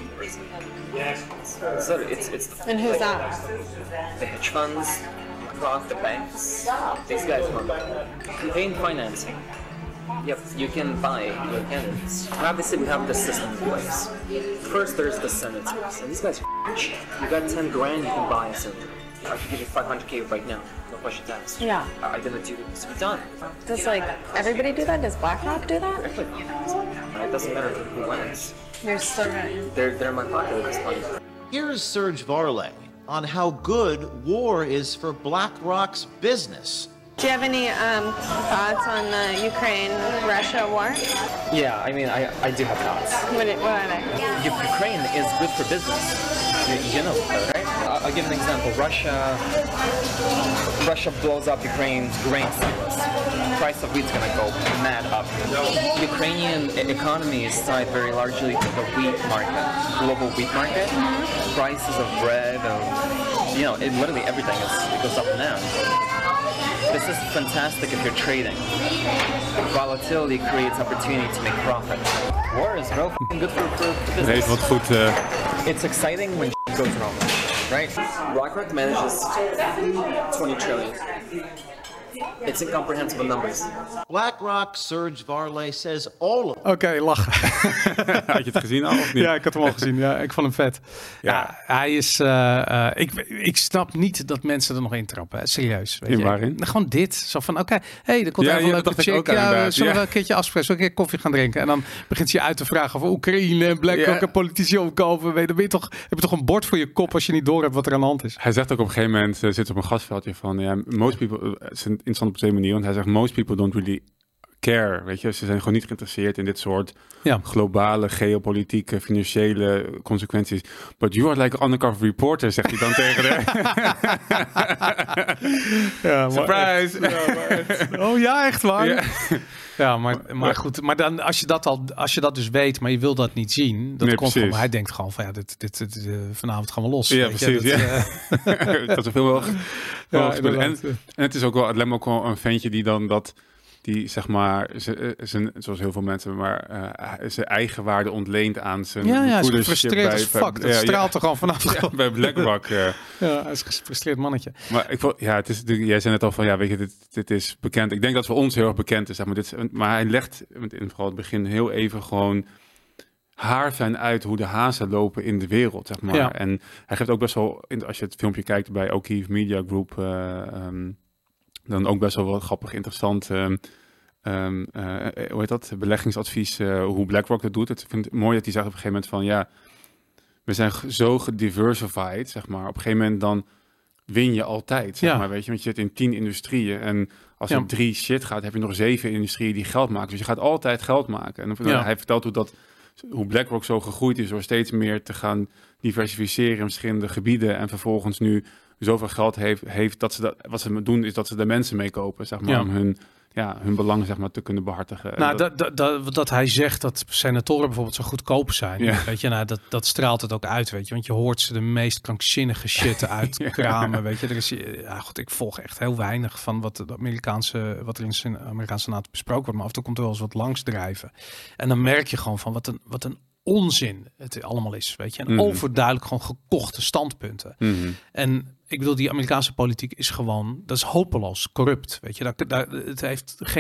So it's, it's the, and who's like, that? The hedge funds, BlackRock, the banks. These guys run campaign financing. Yep, you can buy your candidates. Obviously, we have the system in place. First, there's the senators, and these guys are rich. You got ten grand, you can buy a senator. I could give you five hundred K right now. No questions asked. Yeah. I didn't do this. We're done. Does like everybody do that? Does BlackRock do that? Everybody does. It doesn't matter who wins. They're still right. They're they're in my pocket at this point. Here's Serge Varley on how good war is for BlackRock's business. Do you have any um, thoughts on the Ukraine-Russia war? Yeah, I mean, I, I do have thoughts. What, what are they? Ukraine is good for business. You, you know that, right? I'll, I'll give an example. Russia, Russia blows up Ukraine's grain silos. Price of wheat's gonna go mad up. Ukrainian economy is tied very largely to the wheat market, global wheat market. Mm-hmm. Prices of bread, of you know, it, literally everything is it goes up and down. This is fantastic if you're trading. Volatility creates opportunity to make profit. War is real good for, for business. Weet wat goed. Uh... It's exciting when goes wrong, right? BlackRock manages twenty trillion. It's incomprehensible numbers. BlackRock Serge Varley says all of. Oké, okay, lachen. Had je het gezien al of niet? Ja, ik had hem al gezien. Ja, ik vond hem vet. Ja, ja hij is. Uh, uh, ik, ik snap niet dat mensen er nog in trappen. Hè. Serieus. Weet in je. Waarin? Gewoon dit. Zo van, oké, okay, hey, er komt ja, even een ja, leuke chick. Ja, we zullen ja. we een keertje afspreken, zullen we een keer koffie gaan drinken. En dan begint je uit te vragen over Oekraïne en BlackRock ja. en politici omkopen. Weet je, ben je toch, heb je toch een bord voor je kop als je niet door hebt wat er aan de hand is. Hij zegt ook op een gegeven moment, uh, zit op een gasveldje van, ja, most people, uh, het is interessant op twee manieren, want hij zegt, most people don't really care, weet je. Ze zijn gewoon niet geïnteresseerd in dit soort ja. globale, geopolitieke, financiële consequenties. But you are like an undercover reporter, zegt hij dan tegen de... ja, surprise! Maar echt, ja, maar echt. Oh ja, echt waar? Ja, ja maar, maar goed. Maar dan, als je dat al, als je dat dus weet, maar je wil dat niet zien, dat nee, komt gewoon. Hij denkt gewoon van, ja, dit, dit, dit, dit uh, vanavond gaan we los. Ja, weet precies. Je, dat, ja. uh... dat zoveel mogelijk. Ja, en, en het is ook wel, het lijkt me ook wel een ventje die dan dat... die zeg maar, zijn, zoals heel veel mensen, maar uh, zijn eigen waarde ontleent aan zijn... Ja, ja, hij is gefrustreerd als fuck. Dat ja, straalt ja. er gewoon vanaf. Ja, bij BlackRock. Uh. Ja, hij is een gefrustreerd mannetje. Maar ik vond, ja, het is, jij zei net al van, ja, weet je, dit, dit is bekend. Ik denk dat voor ons heel erg bekend is, zeg maar. Dit is, maar hij legt in vooral het begin heel even gewoon haarfijn uit hoe de hazen lopen in de wereld, zeg maar. Ja. En hij geeft ook best wel, als je het filmpje kijkt bij O'Keefe Media Group... Uh, um, dan ook best wel wat grappig, interessant, um, um, uh, hoe heet dat, beleggingsadvies, uh, hoe BlackRock dat doet. Het vind ik mooi dat hij zegt op een gegeven moment van, ja, we zijn zo gediversified, zeg maar. Op een gegeven moment dan win je altijd, zeg ja. maar, weet je. Want je zit in tien industrieën en als ja. er drie shit gaat, heb je nog zeven industrieën die geld maken. Dus je gaat altijd geld maken. En dan, ja. hij vertelt hoe dat, hoe BlackRock zo gegroeid is door steeds meer te gaan diversificeren in verschillende gebieden en vervolgens nu zoveel geld heeft, heeft dat ze dat, wat ze doen is dat ze de mensen meekopen, zeg maar, ja. om hun, ja, hun belang, zeg maar, te kunnen behartigen. Nou, dat, dat, dat, dat hij zegt dat senatoren bijvoorbeeld zo goedkoop zijn, ja. weet je, nou, dat, dat straalt het ook uit, weet je, want je hoort ze de meest krankzinnige shit uitkramen, ja. weet je. Er is, ja, goed, ik volg echt heel weinig van wat de Amerikaanse, wat er in de Amerikaanse Senaat besproken wordt, maar af en toe komt er wel eens wat langs drijven. En dan merk je gewoon van wat een, wat een onzin het allemaal is, weet je. En mm-hmm. overduidelijk gewoon gekochte standpunten. Mm-hmm. En ik bedoel, die Amerikaanse politiek is gewoon, dat is hopeloos corrupt, weet je. Dat, dat, het heeft geen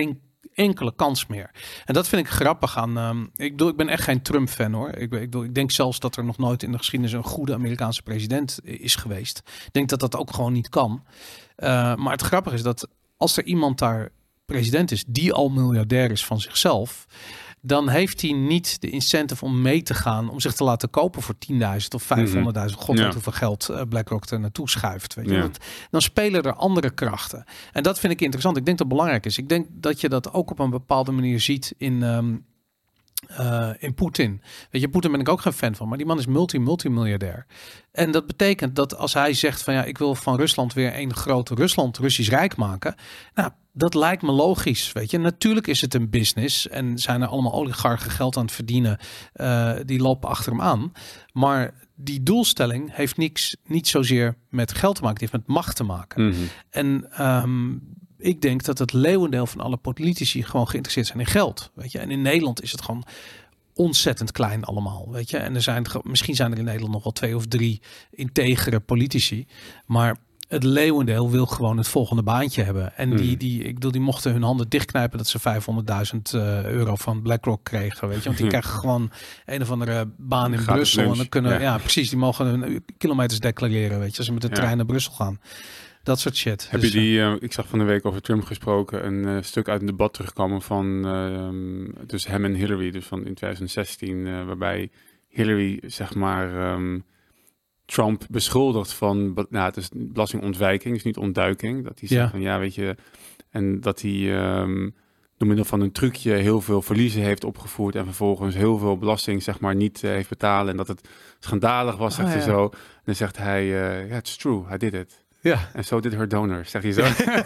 enkele kans meer. En dat vind ik grappig aan... Um, ik bedoel, ik ben echt geen Trump-fan hoor. Ik, ik, bedoel, ik denk zelfs dat er nog nooit in de geschiedenis een goede Amerikaanse president is geweest. Ik denk dat dat ook gewoon niet kan. Uh, maar het grappige is dat als er iemand daar president is die al miljardair is van zichzelf, dan heeft hij niet de incentive om mee te gaan, om zich te laten kopen voor tienduizend of vijfhonderdduizend. God weet ja. hoeveel geld uh, BlackRock er naartoe schuift. Weet je? Ja. Dat, dan spelen er andere krachten. En dat vind ik interessant. Ik denk dat het belangrijk is. Ik denk dat je dat ook op een bepaalde manier ziet in... Um, Uh, in Poetin. Weet je, Poetin ben ik ook geen fan van, maar die man is multi-multimiljardair. En dat betekent dat als hij zegt van ja, ik wil van Rusland weer een groot Rusland, Russisch Rijk maken. Nou, dat lijkt me logisch, weet je. Natuurlijk is het een business en zijn er allemaal oligarchen geld aan het verdienen. Uh, die lopen achter hem aan. Maar die doelstelling heeft niks, niet zozeer met geld te maken, die heeft met macht te maken. Mm-hmm. En um, ik denk dat het leeuwendeel van alle politici gewoon geïnteresseerd zijn in geld. Weet je? En in Nederland is het gewoon ontzettend klein allemaal. Weet je? En er zijn misschien zijn er in Nederland nog wel twee of drie integere politici. Maar het leeuwendeel wil gewoon het volgende baantje hebben. En die, die, ik bedoel, die mochten hun handen dichtknijpen dat ze vijfhonderdduizend uh, euro van BlackRock kregen. Weet je? Want die krijgen gewoon een of andere baan in Gaat Brussel. En dan kunnen, ja. ja, precies. Die mogen hun kilometers declareren. Weet je? Als ze met de ja. trein naar Brussel gaan. Dat soort shit. Heb dus, je die, uh, ik zag van de week over Trump gesproken, een uh, stuk uit een debat terugkomen van uh, dus hem en Hillary, dus van in twintig zestien, uh, waarbij Hillary, zeg maar, um, Trump beschuldigt van, nou, het is belastingontwijking, is niet ontduiking. Dat hij zegt ja. van, ja, weet je, en dat hij um, door middel van een trucje heel veel verliezen heeft opgevoerd en vervolgens heel veel belasting, zeg maar, niet uh, heeft betalen en dat het schandalig was, zegt oh, hij Ja. En zo did her donor, zegt hij zo.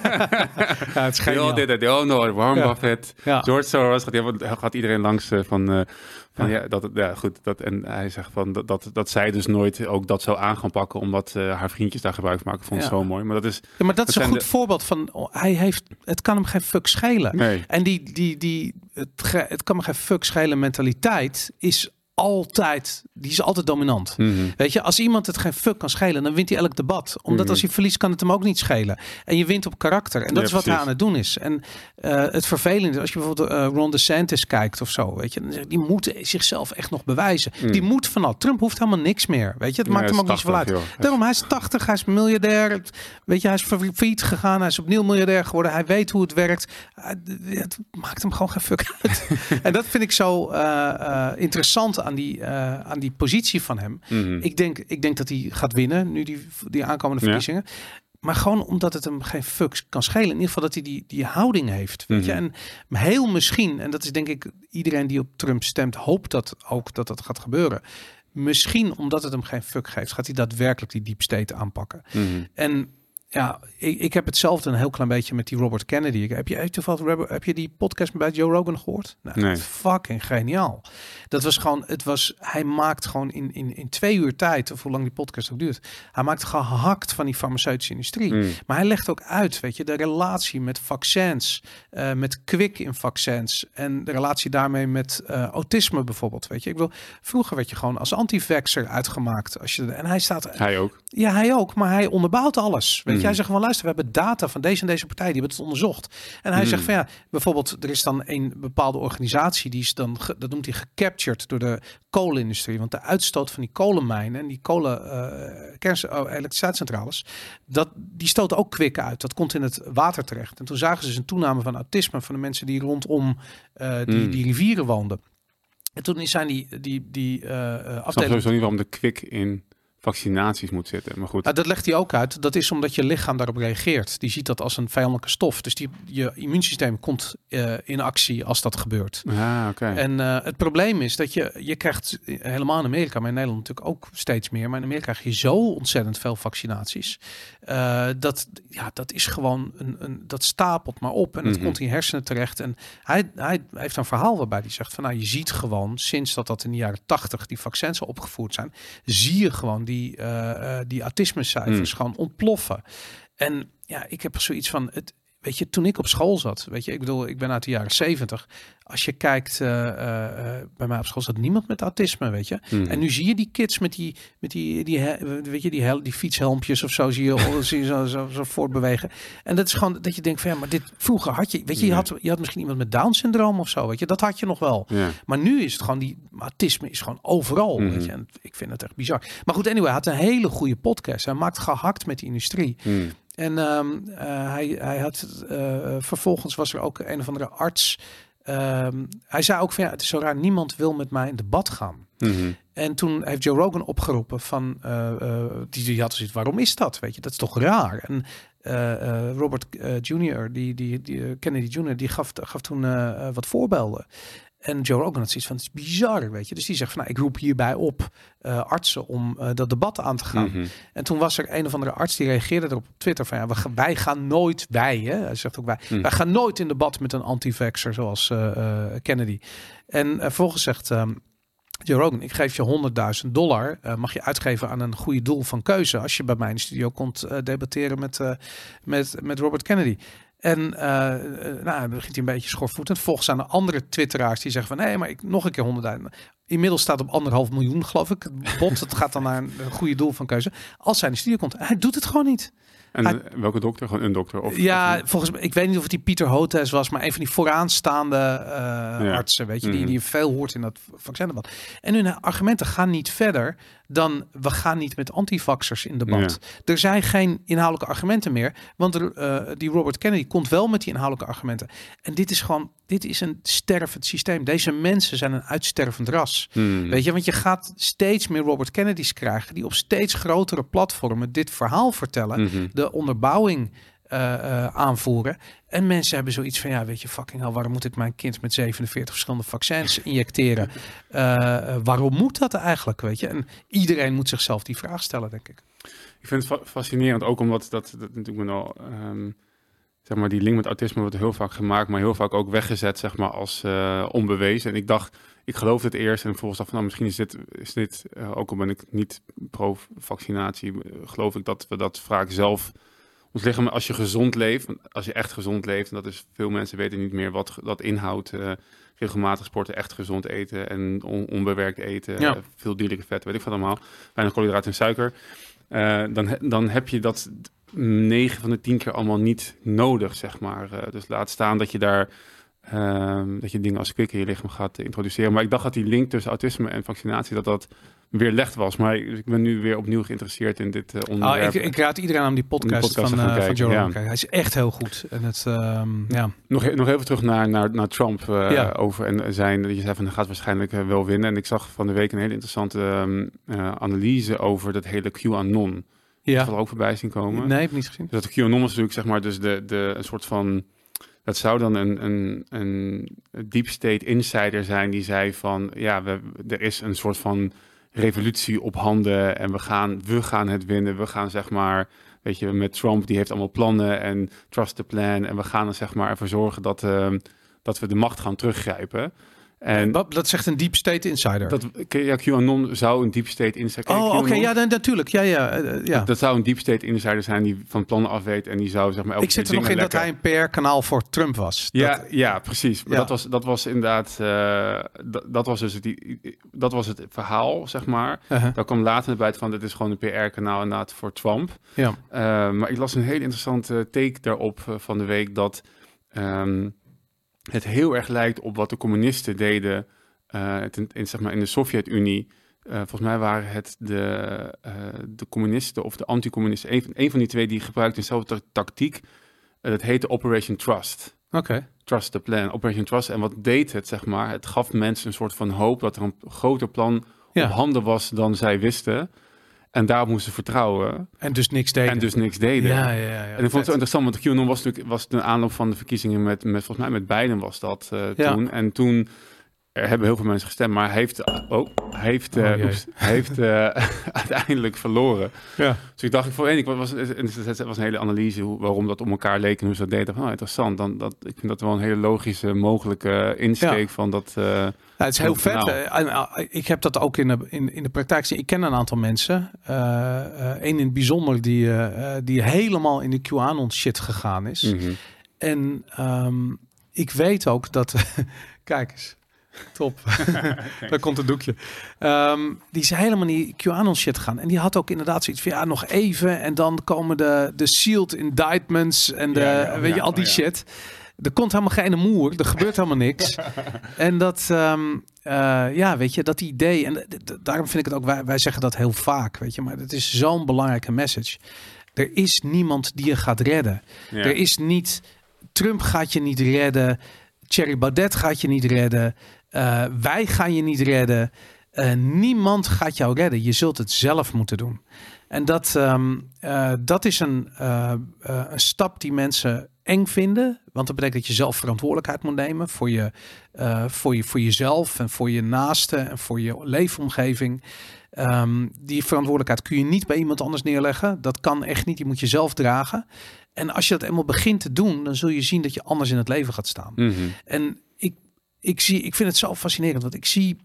Ja, het is They all did it, they all know it. Warren ja. Buffett, ja. George Soros, gaat, gaat iedereen langs uh, van, uh, van ja. ja, dat, ja, goed. Dat, en hij zegt van dat, dat, dat zij dus nooit ook dat zou aan gaan pakken, omdat uh, haar vriendjes daar gebruik van maken. Vond het ja. zo mooi. Maar dat is, ja, maar dat, dat is een goed de... voorbeeld van, oh, hij heeft, het kan hem geen fuck schelen. Nee. En die, die, die, het, het kan me geen fuck schelen mentaliteit is altijd, die is altijd dominant. Mm-hmm. Weet je, als iemand het geen fuck kan schelen, dan wint hij elk debat. Omdat mm-hmm. als hij verliest, kan het hem ook niet schelen. En je wint op karakter. En dat ja, is wat precies. hij aan het doen is. En uh, het vervelende, als je bijvoorbeeld uh, Ron DeSantis kijkt of zo, weet je, die moeten zichzelf echt nog bewijzen. Mm. Die moet vanaf. Trump hoeft helemaal niks meer. Weet je, het ja, maakt hem ook niet zoveel uit. Joh. Daarom, hij is tachtig, hij is miljardair. Weet je, hij is failliet gegaan, hij is opnieuw miljardair geworden. Hij weet hoe het werkt. Uh, het maakt hem gewoon geen fuck uit. En dat vind ik zo uh, uh, interessant aan die, uh, aan die positie van hem. Mm-hmm. Ik denk, ik denk dat hij gaat winnen nu die, die aankomende verkiezingen. Ja. Maar gewoon omdat het hem geen fucks kan schelen. In ieder geval dat hij die, die houding heeft. Weet mm-hmm. je? En heel misschien, en dat is denk ik iedereen die op Trump stemt, hoopt dat ook dat dat gaat gebeuren. Misschien omdat het hem geen fuck geeft, gaat hij daadwerkelijk die deep state aanpakken. Mm-hmm. En ja, ik, ik heb hetzelfde een heel klein beetje met die Robert Kennedy. Ik, heb, je, heb, je, heb je die podcast bij Joe Rogan gehoord? Nou, nee. Fucking geniaal. Dat was gewoon, het was, hij maakt gewoon in, in, in twee uur tijd, of hoe lang die podcast ook duurt, hij maakt gehakt van die farmaceutische industrie. Mm. Maar hij legt ook uit, weet je, de relatie met vaccins, uh, met kwik in vaccins en de relatie daarmee met uh, autisme bijvoorbeeld, weet je. Ik wil, vroeger werd je gewoon als anti-vaxxer uitgemaakt. Als je, en hij staat... Hij ook. Ja, hij ook, maar hij onderbouwt alles. Weet mm. je, hij zegt van, luister, we hebben data van deze en deze partij, die hebben het onderzocht. En hij mm. zegt van, ja, bijvoorbeeld, er is dan een bepaalde organisatie, die is dan, dat noemt hij gecaptured door de kolenindustrie. Want de uitstoot van die kolenmijnen en die kolen uh, kern, oh, elektriciteitscentrales, dat, die stoten ook kwik uit. Dat komt in het water terecht. En toen zagen ze dus een toename van autisme van de mensen die rondom uh, die, mm. die rivieren woonden. En toen zijn die, die, die uh, afdeling... Ik snap sowieso niet waarom de kwik in vaccinaties moet zitten, maar goed. Nou, dat legt hij ook uit. Dat is omdat je lichaam daarop reageert. Die ziet dat als een vijandelijke stof. Dus die, je immuunsysteem komt uh, in actie als dat gebeurt. Ah, okay. En uh, het probleem is dat je, je krijgt helemaal in Amerika, maar in Nederland natuurlijk ook steeds meer. Maar in Amerika krijg je zo ontzettend veel vaccinaties. Uh, dat, ja, dat is gewoon, een, een, dat stapelt maar op. En het mm-hmm. komt in je hersenen terecht. En hij, hij heeft een verhaal waarbij hij zegt van, nou, je ziet gewoon, sinds dat dat in de jaren tachtig die vaccins opgevoerd zijn, zie je gewoon die die, uh, uh, die autismecijfers mm. gewoon ontploffen. En ja, ik heb zoiets van, het, weet je, toen ik op school zat, weet je, ik bedoel, ik ben uit de jaren zeventig. Als je kijkt, uh, uh, bij mij op school zat niemand met autisme, weet je. Mm. En nu zie je die kids met die, met die, die, weet je, die, hel, die fietshelmpjes of zo, zie je, zie je zo, zo, zo voortbewegen. En dat is gewoon dat je denkt van, ja, maar dit vroeger had je, weet je, je had, je had misschien iemand met Down-syndroom of zo, weet je, dat had je nog wel. Ja. Maar nu is het gewoon, die autisme is gewoon overal, mm. weet je. En ik vind het echt bizar. Maar goed, anyway, hij had een hele goede podcast. Hij maakt gehakt met die industrie. Mm. En um, uh, hij, hij had uh, vervolgens was er ook een of andere arts. Um, hij zei ook van ja, het is zo raar, niemand wil met mij in debat gaan. Mm-hmm. En toen heeft Joe Rogan opgeroepen van uh, uh, die, die had zoiets, waarom is dat? Weet je, dat is toch raar? En uh, uh, Robert uh, junior, die, die, die uh, Kennedy junior, die gaf, gaf toen uh, wat voorbeelden. En Joe Rogan had zoiets van, het is bizar, weet je. Dus die zegt van, nou, ik roep hierbij op uh, artsen om uh, dat debat aan te gaan. Mm-hmm. En toen was er een of andere arts die reageerde erop op Twitter van, ja, we, wij gaan nooit, wij, hè, hij zegt ook wij, mm. wij gaan nooit in debat met een anti-vaxxer zoals uh, uh, Kennedy. En uh, vervolgens zegt um, Joe Rogan, ik geef je honderdduizend dollar, uh, mag je uitgeven aan een goede doel van keuze als je bij mij in de studio komt uh, debatteren met, uh, met, met Robert Kennedy. En uh, nou, dan begint hij een beetje schorvoetend. Volgens aan de andere twitteraars die zeggen van, nee, maar ik nog een keer honderdduizend. Inmiddels staat op anderhalf miljoen, geloof ik. Het bot, het gaat dan naar een, een goede doel van keuze. Als hij in de studio komt, hij doet het gewoon niet. En hij, welke dokter? Gewoon een dokter? Of, ja, of volgens mij, ik weet niet of het die Pieter Hotez was, maar een van die vooraanstaande uh, ja. artsen, weet je, die, die veel hoort in dat vaccindebat. En hun argumenten gaan niet verder dan, we gaan niet met antivaxers in debat. Ja. Er zijn geen inhoudelijke argumenten meer, want er, uh, die Robert Kennedy komt wel met die inhoudelijke argumenten. En dit is gewoon, dit is een stervend systeem. Deze mensen zijn een uitstervend ras. Hmm. Weet je, want je gaat steeds meer Robert Kennedys krijgen die op steeds grotere platformen dit verhaal vertellen, mm-hmm. de onderbouwing uh, uh, aanvoeren. En mensen hebben zoiets van, ja, weet je, fucking hell, waarom moet ik mijn kind met zevenenveertig verschillende vaccins injecteren? Uh, uh, waarom moet dat eigenlijk, weet je? En iedereen moet zichzelf die vraag stellen, denk ik. Ik vind het fa- fascinerend, ook omdat dat, dat natuurlijk wel, um, zeg maar, die link met autisme wordt heel vaak gemaakt, maar heel vaak ook weggezet, zeg maar, als uh, onbewezen. En ik dacht, ik geloofde het eerst en vervolgens dacht van, nou, misschien is dit, is dit uh, ook al ben ik niet pro-vaccinatie, uh, geloof ik dat we dat vaak zelf ons lichaam, als je gezond leeft, als je echt gezond leeft, en dat is, veel mensen weten niet meer wat dat inhoudt, uh, regelmatig sporten, echt gezond eten en on, onbewerkt eten, ja. uh, veel dierlijke vet, weet ik wat allemaal, weinig koolhydraten en suiker, uh, dan, dan heb je dat negen van de tien keer allemaal niet nodig, zeg maar. Uh, dus laat staan dat je daar uh, dat je dingen als kwik in je lichaam gaat uh, introduceren. Maar ik dacht dat die link tussen autisme en vaccinatie, dat dat weerlegd was. Maar ik, ik ben nu weer opnieuw geïnteresseerd in dit uh, onderwerp. Oh, ik, ik raad iedereen aan die podcast, die podcast van, uh, van Joe Rogan. Ja. Hij is echt heel goed. En het, um, ja. nog, nog even terug naar, naar, naar Trump uh, ja. over en zijn. Je zei van, hij gaat waarschijnlijk uh, wel winnen. En ik zag van de week een hele interessante um, uh, analyse over dat hele QAnon. Ja. Dat zal ook voorbij zien komen. Nee, heb ik niet gezien. Dus dat de QAnon was natuurlijk, zeg maar, dus de, de een soort van, dat zou dan een, een, een deep state insider zijn die zei van, ja, we, er is een soort van revolutie op handen en we gaan, we gaan het winnen. We gaan, zeg maar, weet je, met Trump, die heeft allemaal plannen en trust the plan. En we gaan er, zeg maar, ervoor zorgen dat, uh, dat we de macht gaan teruggrijpen. En dat zegt een deep state insider. Dat, ja, QAnon zou een deep state insider. Oh, oké, okay, ja, dan, natuurlijk. Ja, ja, uh, ja. Dat, dat zou een deep state insider zijn die van plannen af weet en die zou, zeg maar, elke Ik zit er nog in lekker... dat hij een P R-kanaal voor Trump was. Ja, dat... ja, precies. Maar ja. dat was, dat was inderdaad, uh, dat, dat was dus het, dat was het verhaal, zeg maar. Uh-huh. Daar kwam later naar buiten van, dit is gewoon een P R-kanaal inderdaad voor Trump. Ja. Uh, maar ik las een hele interessante take daarop uh, van de week dat um, het heel erg lijkt op wat de communisten deden. Uh, in, in, zeg maar in de Sovjet-Unie, uh, volgens mij waren het de, uh, de communisten of de anticommunisten, een, een van die twee die gebruikten dezelfde tactiek. Uh, dat heette Operation Trust. Oké. Okay. Trust the plan, Operation Trust. En wat deed het, zeg maar? Het gaf mensen een soort van hoop dat er een groter plan ja. op handen was dan zij wisten. En daar moesten vertrouwen. En dus niks deden. En dus niks deden. Ja, ja, ja, en ik vond het zo interessant, want de QAnon was natuurlijk was de aanloop van de verkiezingen met, met volgens mij met Biden was dat uh, ja. toen. En toen er hebben heel veel mensen gestemd, maar hij heeft, oh, heeft, uh, oh, oeps, heeft uh, uiteindelijk verloren. Ja. Dus ik dacht, voor één, ik was, het was een hele analyse hoe, waarom dat om elkaar leek en hoe ze dat deden. Oh, interessant. Dan, dat, ik vind dat wel een hele logische, mogelijke insteek ja. van dat. Uh, ja, het is heel vet. Uh, ik heb dat ook in de, in, in de praktijk gezien. Ik ken een aantal mensen. Uh, uh, Eén in het bijzonder die, uh, die helemaal in de QAnon shit gegaan is. Mm-hmm. En um, ik weet ook dat... kijk eens, top. Daar komt het doekje. Um, die is helemaal niet QAnon shit gaan. En die had ook inderdaad zoiets van, ja, nog even. En dan komen de, de sealed indictments en de, ja, ja, weet je, ja, al die oh, ja. shit. Er komt helemaal geen moer. Er gebeurt helemaal niks. En dat, um, uh, ja, weet je, dat idee. En d- d- daarom vind ik het ook, wij, wij zeggen dat heel vaak, weet je. Maar het is zo'n belangrijke message. Er is niemand die je gaat redden. Ja. Er is niet, Trump gaat je niet redden. Thierry Baudet gaat je niet redden. Uh, wij gaan je niet redden. Uh, niemand gaat jou redden. Je zult het zelf moeten doen. En dat, um, uh, dat is een, uh, uh, een stap die mensen eng vinden. Want dat betekent dat je zelf verantwoordelijkheid moet nemen voor, je, uh, voor, je, voor jezelf en voor je naasten en voor je leefomgeving. Um, die verantwoordelijkheid kun je niet bij iemand anders neerleggen. Dat kan echt niet. Die moet je zelf dragen. En als je dat eenmaal begint te doen, dan zul je zien dat je anders in het leven gaat staan. Mm-hmm. En ik, ik, zie, ik vind het zo fascinerend, want ik zie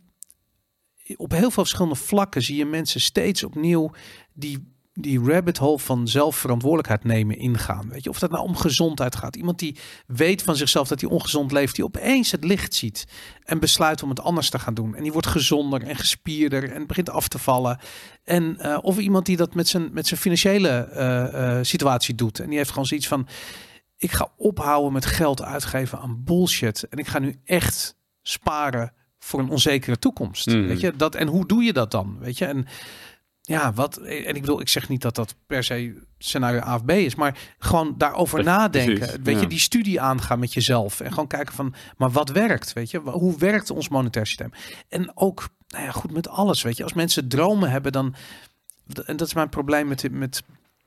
op heel veel verschillende vlakken zie je mensen steeds opnieuw die, die rabbit hole van zelfverantwoordelijkheid nemen ingaan. Weet je, of dat nou om gezondheid gaat. Iemand die weet van zichzelf dat hij ongezond leeft, die opeens het licht ziet en besluit om het anders te gaan doen. En die wordt gezonder en gespierder en begint af te vallen. En uh, of iemand die dat met zijn, met zijn financiële uh, uh, situatie doet. En die heeft gewoon zoiets van, ik ga ophouden met geld uitgeven aan bullshit. En ik ga nu echt sparen voor een onzekere toekomst. Mm. Weet je, dat, en hoe doe je dat dan? Weet je, en ja, wat, en ik bedoel, ik zeg niet dat dat per se scenario A of B is, maar gewoon daarover dat, nadenken. Precies, weet ja. je, die studie aangaan met jezelf en gewoon kijken van, maar wat werkt? Weet je, hoe werkt ons monetair systeem? En ook, nou ja, goed met alles. Weet je, als mensen dromen hebben, dan, en dat is mijn probleem met met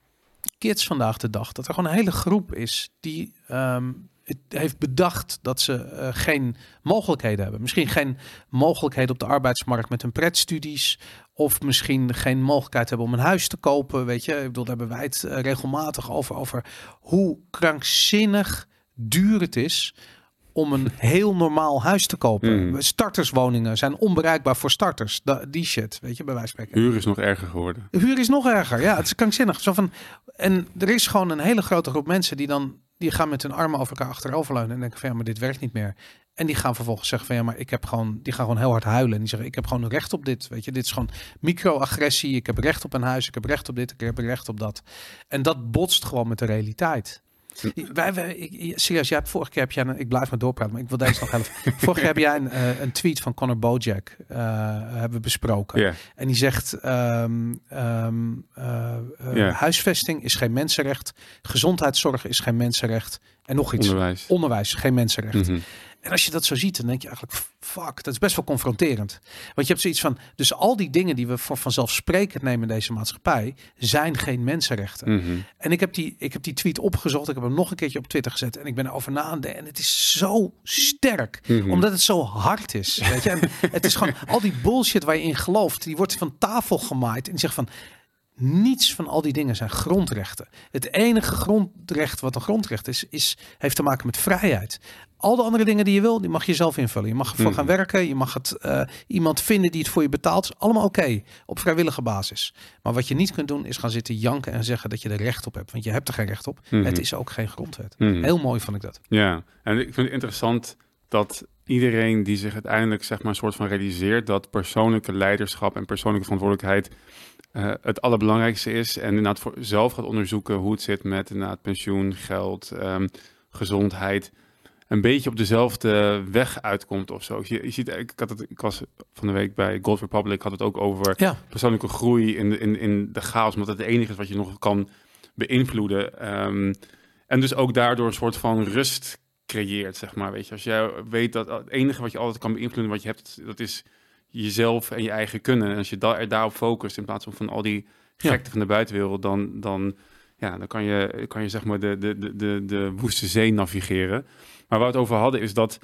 kids vandaag de dag, dat er gewoon een hele groep is die um, het heeft bedacht dat ze uh, geen mogelijkheden hebben. Misschien geen mogelijkheden op de arbeidsmarkt met hun pretstudies. Of misschien geen mogelijkheid hebben om een huis te kopen. Weet je, ik bedoel, daar hebben wij het uh, regelmatig over. Over hoe krankzinnig duur het is om een heel normaal huis te kopen. Mm. Starterswoningen zijn onbereikbaar voor starters. Da- die shit, weet je, bij wijze van spreken. Huur is nog erger geworden. De huur is nog erger, ja. Het is krankzinnig. Zo van, en er is gewoon een hele grote groep mensen die dan die gaan met hun armen over elkaar achteroverleunen en denken van ja, maar dit werkt niet meer. En die gaan vervolgens zeggen van ja, maar ik heb gewoon, die gaan gewoon heel hard huilen. En die zeggen, ik heb gewoon recht op dit. Weet je, dit is gewoon microagressie. Ik heb recht op een huis. Ik heb recht op dit. Ik heb recht op dat. En dat botst gewoon met de realiteit. Wij, wij, ik, serieus, jij hebt vorige keer heb jij, ik blijf maar doorpraten, maar ik wil deze nog even. Vorige keer heb jij een, uh, een tweet van Conor Bojack uh, hebben we besproken. Yeah. En die zegt, um, um, uh, uh, yeah. huisvesting is geen mensenrecht, gezondheidszorg is geen mensenrecht en nog iets. Onderwijs. Onderwijs, geen mensenrecht. Mm-hmm. En als je dat zo ziet, dan denk je eigenlijk, fuck, dat is best wel confronterend. Want je hebt zoiets van, dus al die dingen die we voor vanzelfsprekend nemen in deze maatschappij, zijn geen mensenrechten. Mm-hmm. En ik heb, die, ik heb die tweet opgezocht, ik heb hem nog een keertje op Twitter gezet en ik ben erover na aan denken. En het is zo sterk, mm-hmm. omdat het zo hard is. Weet je? En het is gewoon, al die bullshit waar je in gelooft, die wordt van tafel gemaaid en die zegt van, niets van al die dingen zijn grondrechten. Het enige grondrecht wat een grondrecht is, is heeft te maken met vrijheid. Al de andere dingen die je wil, die mag je zelf invullen. Je mag ervoor mm. gaan werken. Je mag het uh, iemand vinden die het voor je betaalt. Is allemaal oké, okay, op vrijwillige basis. Maar wat je niet kunt doen, is gaan zitten janken en zeggen dat je er recht op hebt. Want je hebt er geen recht op. Mm-hmm. Het is ook geen grondwet. Mm-hmm. Heel mooi vond ik dat. Ja, en ik vind het interessant dat iedereen die zich uiteindelijk zeg maar een soort van realiseert dat persoonlijke leiderschap en persoonlijke verantwoordelijkheid Uh, het allerbelangrijkste is en inderdaad voor zelf gaat onderzoeken hoe het zit met inderdaad pensioen, geld, um, gezondheid, een beetje op dezelfde weg uitkomt of zo. Je, je ziet, ik, had het, ik was van de week bij Gold Republic, had het ook over ja. persoonlijke groei in de, in, in de chaos, omdat het het enige is wat je nog kan beïnvloeden. Um, en dus ook daardoor een soort van rust creëert, zeg maar. Weet je, als jij weet dat het enige wat je altijd kan beïnvloeden, wat je hebt, dat is jezelf en je eigen kunnen. En als je da- er daarop focust in plaats van van al die gekte ja. van de buitenwereld, dan, dan, ja, dan kan je, kan je zeg maar de, de, de, de, de woeste zee navigeren. Maar waar we het over hadden is dat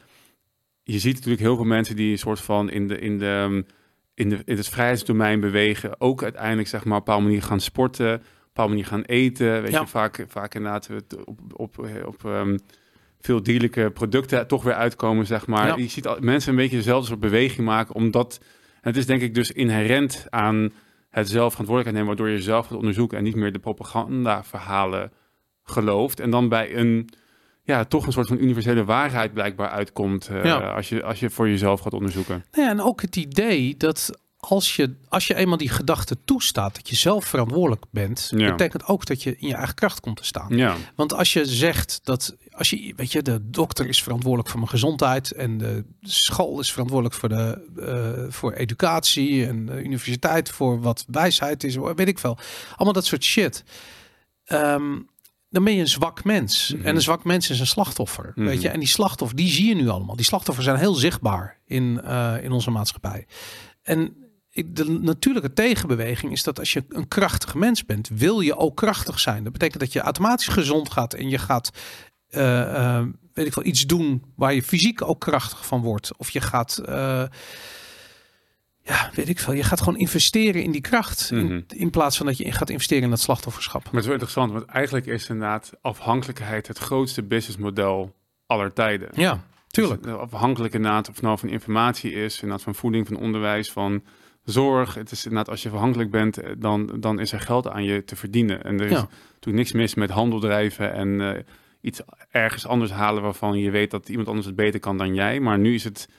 je ziet natuurlijk heel veel mensen die een soort van in, de, in, de, in, de, in het vrijheidsdomein bewegen, ook uiteindelijk zeg maar op een bepaalde manier gaan sporten, op een bepaalde manier gaan eten. Weet ja. je, vaak, vaak inderdaad op, op, op, op um, veel dierlijke producten toch weer uitkomen, zeg maar. Ja. Je ziet al, mensen een beetje dezelfde soort beweging maken, omdat het is denk ik dus inherent aan het zelf verantwoordelijkheid nemen, waardoor je zelf gaat onderzoeken en niet meer de propagandaverhalen gelooft. En dan bij een, ja, toch een soort van universele waarheid blijkbaar uitkomt uh, ja. als, je, als je voor jezelf gaat onderzoeken. Nou ja, en ook het idee dat als je, als je eenmaal die gedachte toestaat dat je zelf verantwoordelijk bent, ja. betekent ook dat je in je eigen kracht komt te staan. Ja. Want als je zegt dat, als je, weet je, de dokter is verantwoordelijk voor mijn gezondheid en de school is verantwoordelijk voor de uh, voor educatie en de universiteit voor wat wijsheid is, weet ik veel. Allemaal dat soort shit. Um, dan ben je een zwak mens. Mm-hmm. En een zwak mens is een slachtoffer. Mm-hmm. Weet je? En die slachtoffer, die zie je nu allemaal. Die slachtoffers zijn heel zichtbaar in, uh, in onze maatschappij. En de natuurlijke tegenbeweging is dat als je een krachtig mens bent, wil je ook krachtig zijn. Dat betekent dat je automatisch gezond gaat en je gaat uh, uh, weet ik wel, iets doen waar je fysiek ook krachtig van wordt. Of je gaat uh, ja, weet ik veel. Je gaat gewoon investeren in die kracht. Mm-hmm. in, in plaats van dat je gaat investeren in dat slachtofferschap. Maar het is wel interessant, want eigenlijk is inderdaad afhankelijkheid het grootste businessmodel aller tijden. Ja, tuurlijk. Dus afhankelijk inderdaad of het nou van informatie is, inderdaad van voeding, van onderwijs, van zorg. Het is inderdaad, als je afhankelijk bent, dan, dan is er geld aan je te verdienen. En er is ja. natuurlijk niks mis met handel drijven en uh, iets ergens anders halen waarvan je weet dat iemand anders het beter kan dan jij. Maar nu is het,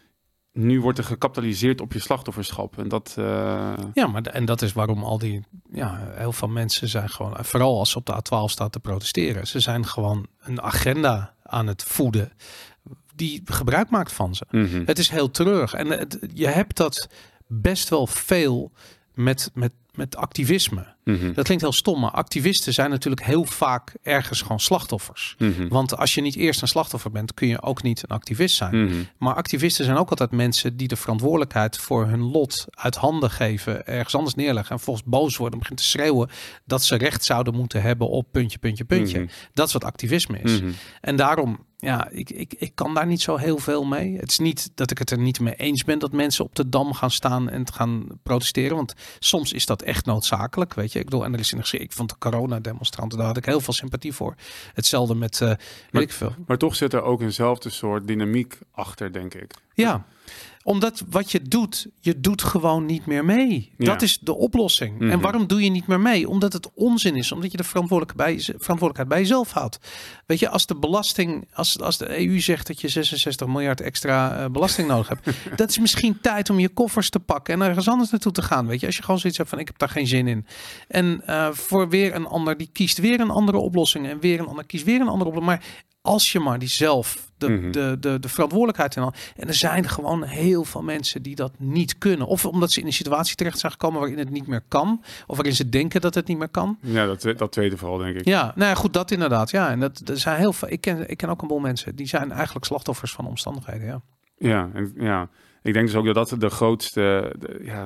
nu wordt er gecapitaliseerd op je slachtofferschap. En dat, uh... Ja, maar en dat is waarom al die, ja, heel veel mensen zijn gewoon, vooral als ze op de A twaalf staan te protesteren, ze zijn gewoon een agenda aan het voeden die gebruik maakt van ze. Mm-hmm. Het is heel treurig. En het, je hebt dat best wel veel met, met, met activisme. Mm-hmm. Dat klinkt heel stom, maar activisten zijn natuurlijk heel vaak ergens gewoon slachtoffers. Mm-hmm. Want als je niet eerst een slachtoffer bent, kun je ook niet een activist zijn. Mm-hmm. Maar activisten zijn ook altijd mensen die de verantwoordelijkheid voor hun lot uit handen geven, ergens anders neerleggen en volgens boos worden, beginnen te schreeuwen dat ze recht zouden moeten hebben op puntje, puntje, puntje. Mm-hmm. Dat is wat activisme is. Mm-hmm. En daarom, ja, ik, ik, ik kan daar niet zo heel veel mee. Het is niet dat ik het er niet mee eens ben dat mensen op de Dam gaan staan en gaan protesteren. Want soms is dat echt noodzakelijk, weet je. Ik bedoel, en er is in de, ik vond de coronademonstranten, daar had ik heel veel sympathie voor. Hetzelfde met, uh, weet maar, ik veel. Maar toch zit er ook eenzelfde soort dynamiek achter, denk ik. Ja, omdat wat je doet, je doet gewoon niet meer mee. Ja. Dat is de oplossing. Mm-hmm. En waarom doe je niet meer mee? Omdat het onzin is. Omdat je de verantwoordelijkheid bij, verantwoordelijkheid bij jezelf houdt. Weet je, als de belasting, als, als de E U zegt dat je zesenzestig miljard extra uh, belasting nodig hebt, dat is misschien tijd om je koffers te pakken en ergens anders naartoe te gaan. Weet je, als je gewoon zoiets hebt van ik heb daar geen zin in. En uh, voor weer een ander, die kiest weer een andere oplossing en weer een ander kiest weer een andere oplossing. Maar als je maar die zelf de, mm-hmm. de, de, de verantwoordelijkheid in al. En er zijn gewoon heel veel mensen die dat niet kunnen. Of omdat ze in een situatie terecht zijn gekomen waarin het niet meer kan. Of waarin ze denken dat het niet meer kan. Ja, dat, dat tweede vooral, denk ik. Ja, nou ja, goed, dat inderdaad. Ja, en dat, dat zijn heel veel. Ik ken, ik ken ook een boel mensen die zijn eigenlijk slachtoffers van omstandigheden. Ja, ja, en, ja. Ik denk dus ook dat dat de grootste. De, ja,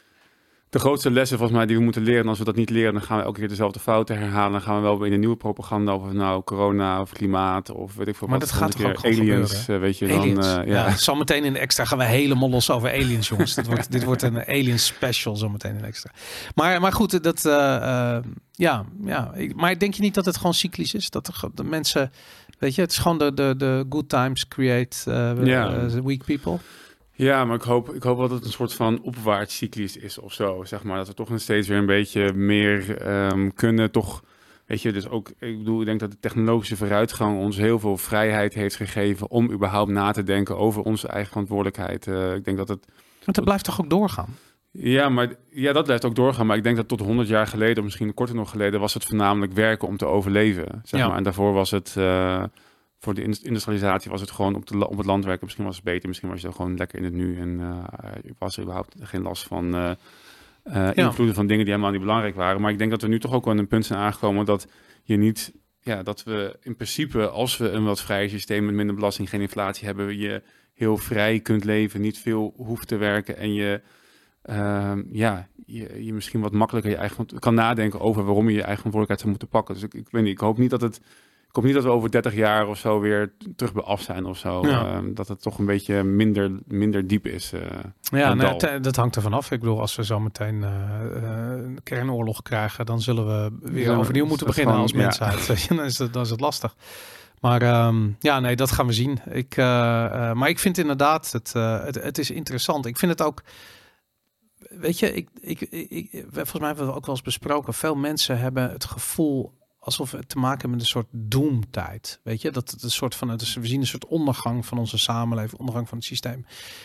De grootste lessen volgens mij die we moeten leren. En als we dat niet leren, dan gaan we elke keer dezelfde fouten herhalen. Dan gaan we wel weer in een nieuwe propaganda over nou corona of klimaat of weet ik veel maar wat. Maar dat gaat toch ook aliens, gebeuren, weet je aliens. dan. Uh, ja, ja. Zometeen in de extra gaan we helemaal los over aliens, jongens. dit, wordt, dit wordt een alien special zometeen in de extra. Maar, maar goed, dat uh, uh, ja, ja. Maar denk je niet dat het gewoon cyclisch is? Dat de, de mensen, weet je, het is gewoon de, de, de good times create uh, ja. uh, weak people. Ja, maar ik hoop, ik hoop wel dat het een soort van opwaartscyclus is of zo, zeg maar. Dat we toch nog steeds weer een beetje meer um, kunnen, toch, weet je, dus ook, ik bedoel, ik denk dat de technologische vooruitgang ons heel veel vrijheid heeft gegeven om überhaupt na te denken over onze eigen verantwoordelijkheid. Uh, ik denk dat het... Want dat blijft toch ook doorgaan? Ja, maar ja, dat blijft ook doorgaan. Maar ik denk dat tot honderd jaar geleden, of misschien korter nog geleden, was het voornamelijk werken om te overleven, zeg ja. maar. En daarvoor was het... Uh, Voor de industrialisatie was het gewoon op, de, op het land werken. Misschien was het beter. Misschien was je gewoon lekker in het nu. En uh, was er überhaupt geen last van uh, uh, ja. invloeden van dingen die helemaal niet belangrijk waren. Maar ik denk dat we nu toch ook wel in een punt zijn aangekomen dat je niet... Ja, dat we in principe, als we een wat vrij systeem met minder belasting, geen inflatie hebben, je heel vrij kunt leven, niet veel hoeft te werken en je... Uh, ja, je, je misschien wat makkelijker je eigen kan nadenken over waarom je je eigen verantwoordelijkheid zou moeten pakken. Dus ik, ik weet niet, ik hoop niet dat het... Ik hoop niet dat we over dertig jaar of zo weer terug bij af zijn of zo. Ja. Uh, dat het toch een beetje minder, minder diep is. Uh, ja, nee, t- dat hangt ervan af. Ik bedoel, als we zo meteen uh, uh, een kernoorlog krijgen, dan zullen we weer ja, overnieuw moeten beginnen gewoon, als mensheid. Ja. dan, is het, dan is het lastig. Maar um, ja, nee, dat gaan we zien. Ik, uh, uh, maar ik vind inderdaad, het, uh, het, het is interessant. Ik vind het ook... Weet je, ik, ik, ik, ik, volgens mij hebben we het ook wel eens besproken. Veel mensen hebben het gevoel alsof we te maken hebben met een soort doemtijd. Weet je, dat het een soort van, dus we zien een soort ondergang van onze samenleving, ondergang van het systeem.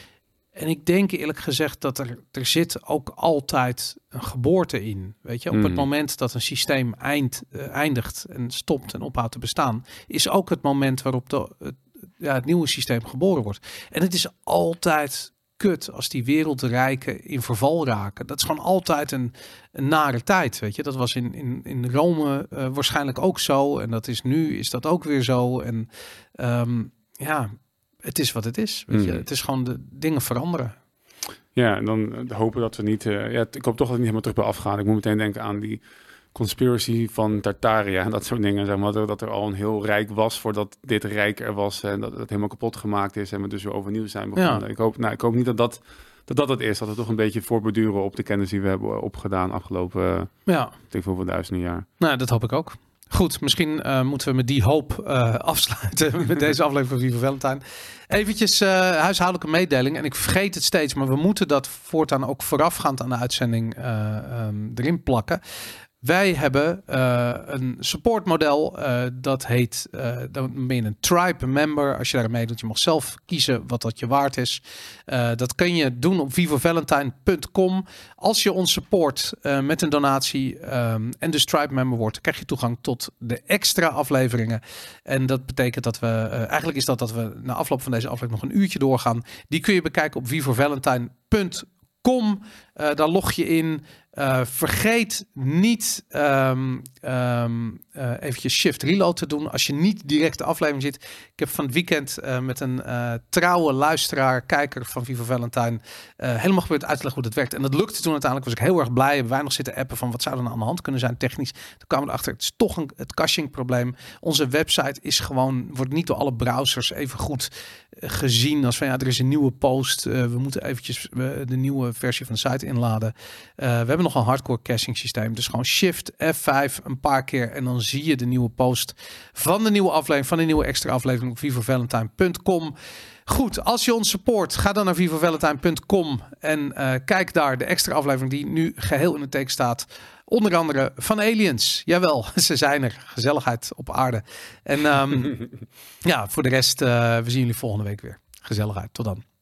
En ik denk eerlijk gezegd dat er, er zit ook altijd een geboorte in. Weet je, op mm. het moment dat een systeem eind, uh, eindigt en stopt en ophoudt te bestaan, is ook het moment waarop de, het, ja, het nieuwe systeem geboren wordt. En het is altijd kut als die wereldrijken in verval raken. Dat is gewoon altijd een, een nare tijd, weet je. Dat was in, in, in Rome uh, waarschijnlijk ook zo. En dat is nu, is dat ook weer zo. En um, ja, het is wat het is, weet mm. je. Het is gewoon de dingen veranderen. Ja, en dan hopen dat we niet... Uh, ja, ik hoop toch dat we niet helemaal terug bij afgaan. Ik moet meteen denken aan die conspiracy van Tartaria en dat soort dingen. Zeg maar, dat er al een heel rijk was voordat dit rijk er was en dat het helemaal kapot gemaakt is en we dus weer overnieuw zijn begonnen. Ja. Ik hoop, nou, ik hoop niet dat dat, dat dat het is. Dat we toch een beetje voortborduren op de kennis die we hebben opgedaan afgelopen, ja. ik denk voor duizenden jaar. Nou, dat hoop ik ook. Goed, misschien uh, moeten we met die hoop uh, afsluiten met deze aflevering van Viva Valentine. Eventjes uh, huishoudelijke mededeling. En ik vergeet het steeds, maar we moeten dat voortaan ook voorafgaand aan de uitzending uh, um, erin plakken. Wij hebben uh, een supportmodel, uh, dat heet, uh, dan ben je een tribe member. Als je daar mee doet, je mag zelf kiezen wat dat je waard is. Uh, dat kun je doen op viva valentine punt com. Als je ons support uh, met een donatie um, en dus tribe member wordt, krijg je toegang tot de extra afleveringen. En dat betekent dat we, uh, eigenlijk is dat dat we na afloop van deze aflevering nog een uurtje doorgaan. Die kun je bekijken op viva valentine punt com. Uh, daar log je in. Uh, vergeet niet um, um, uh, eventjes shift reload te doen als je niet direct de aflevering zit. Ik heb van het weekend uh, met een uh, trouwe luisteraar, kijker van Viva Valentine uh, helemaal geprobeerd uit te leggen hoe dat werkt. En dat lukte toen uiteindelijk. Was ik heel erg blij. Hebben wij nog zitten appen van wat zou er nou aan de hand kunnen zijn technisch. Toen kwamen we erachter, het is toch een, het caching probleem. Onze website is gewoon, wordt niet door alle browsers even goed uh, gezien als van ja, er is een nieuwe post. Uh, we moeten eventjes uh, de nieuwe versie van de site inladen. Uh, we hebben nog een hardcore caching systeem. Dus gewoon shift F vijf een paar keer en dan zie je de nieuwe post van de nieuwe aflevering, van de nieuwe extra aflevering op viva valentine punt com. Goed, als je ons support, ga dan naar viva valentine punt com en uh, kijk daar de extra aflevering die nu geheel in het teken staat. Onder andere van aliens. Jawel, ze zijn er. Gezelligheid op aarde. En um, ja, voor de rest, uh, we zien jullie volgende week weer. Gezelligheid. Tot dan.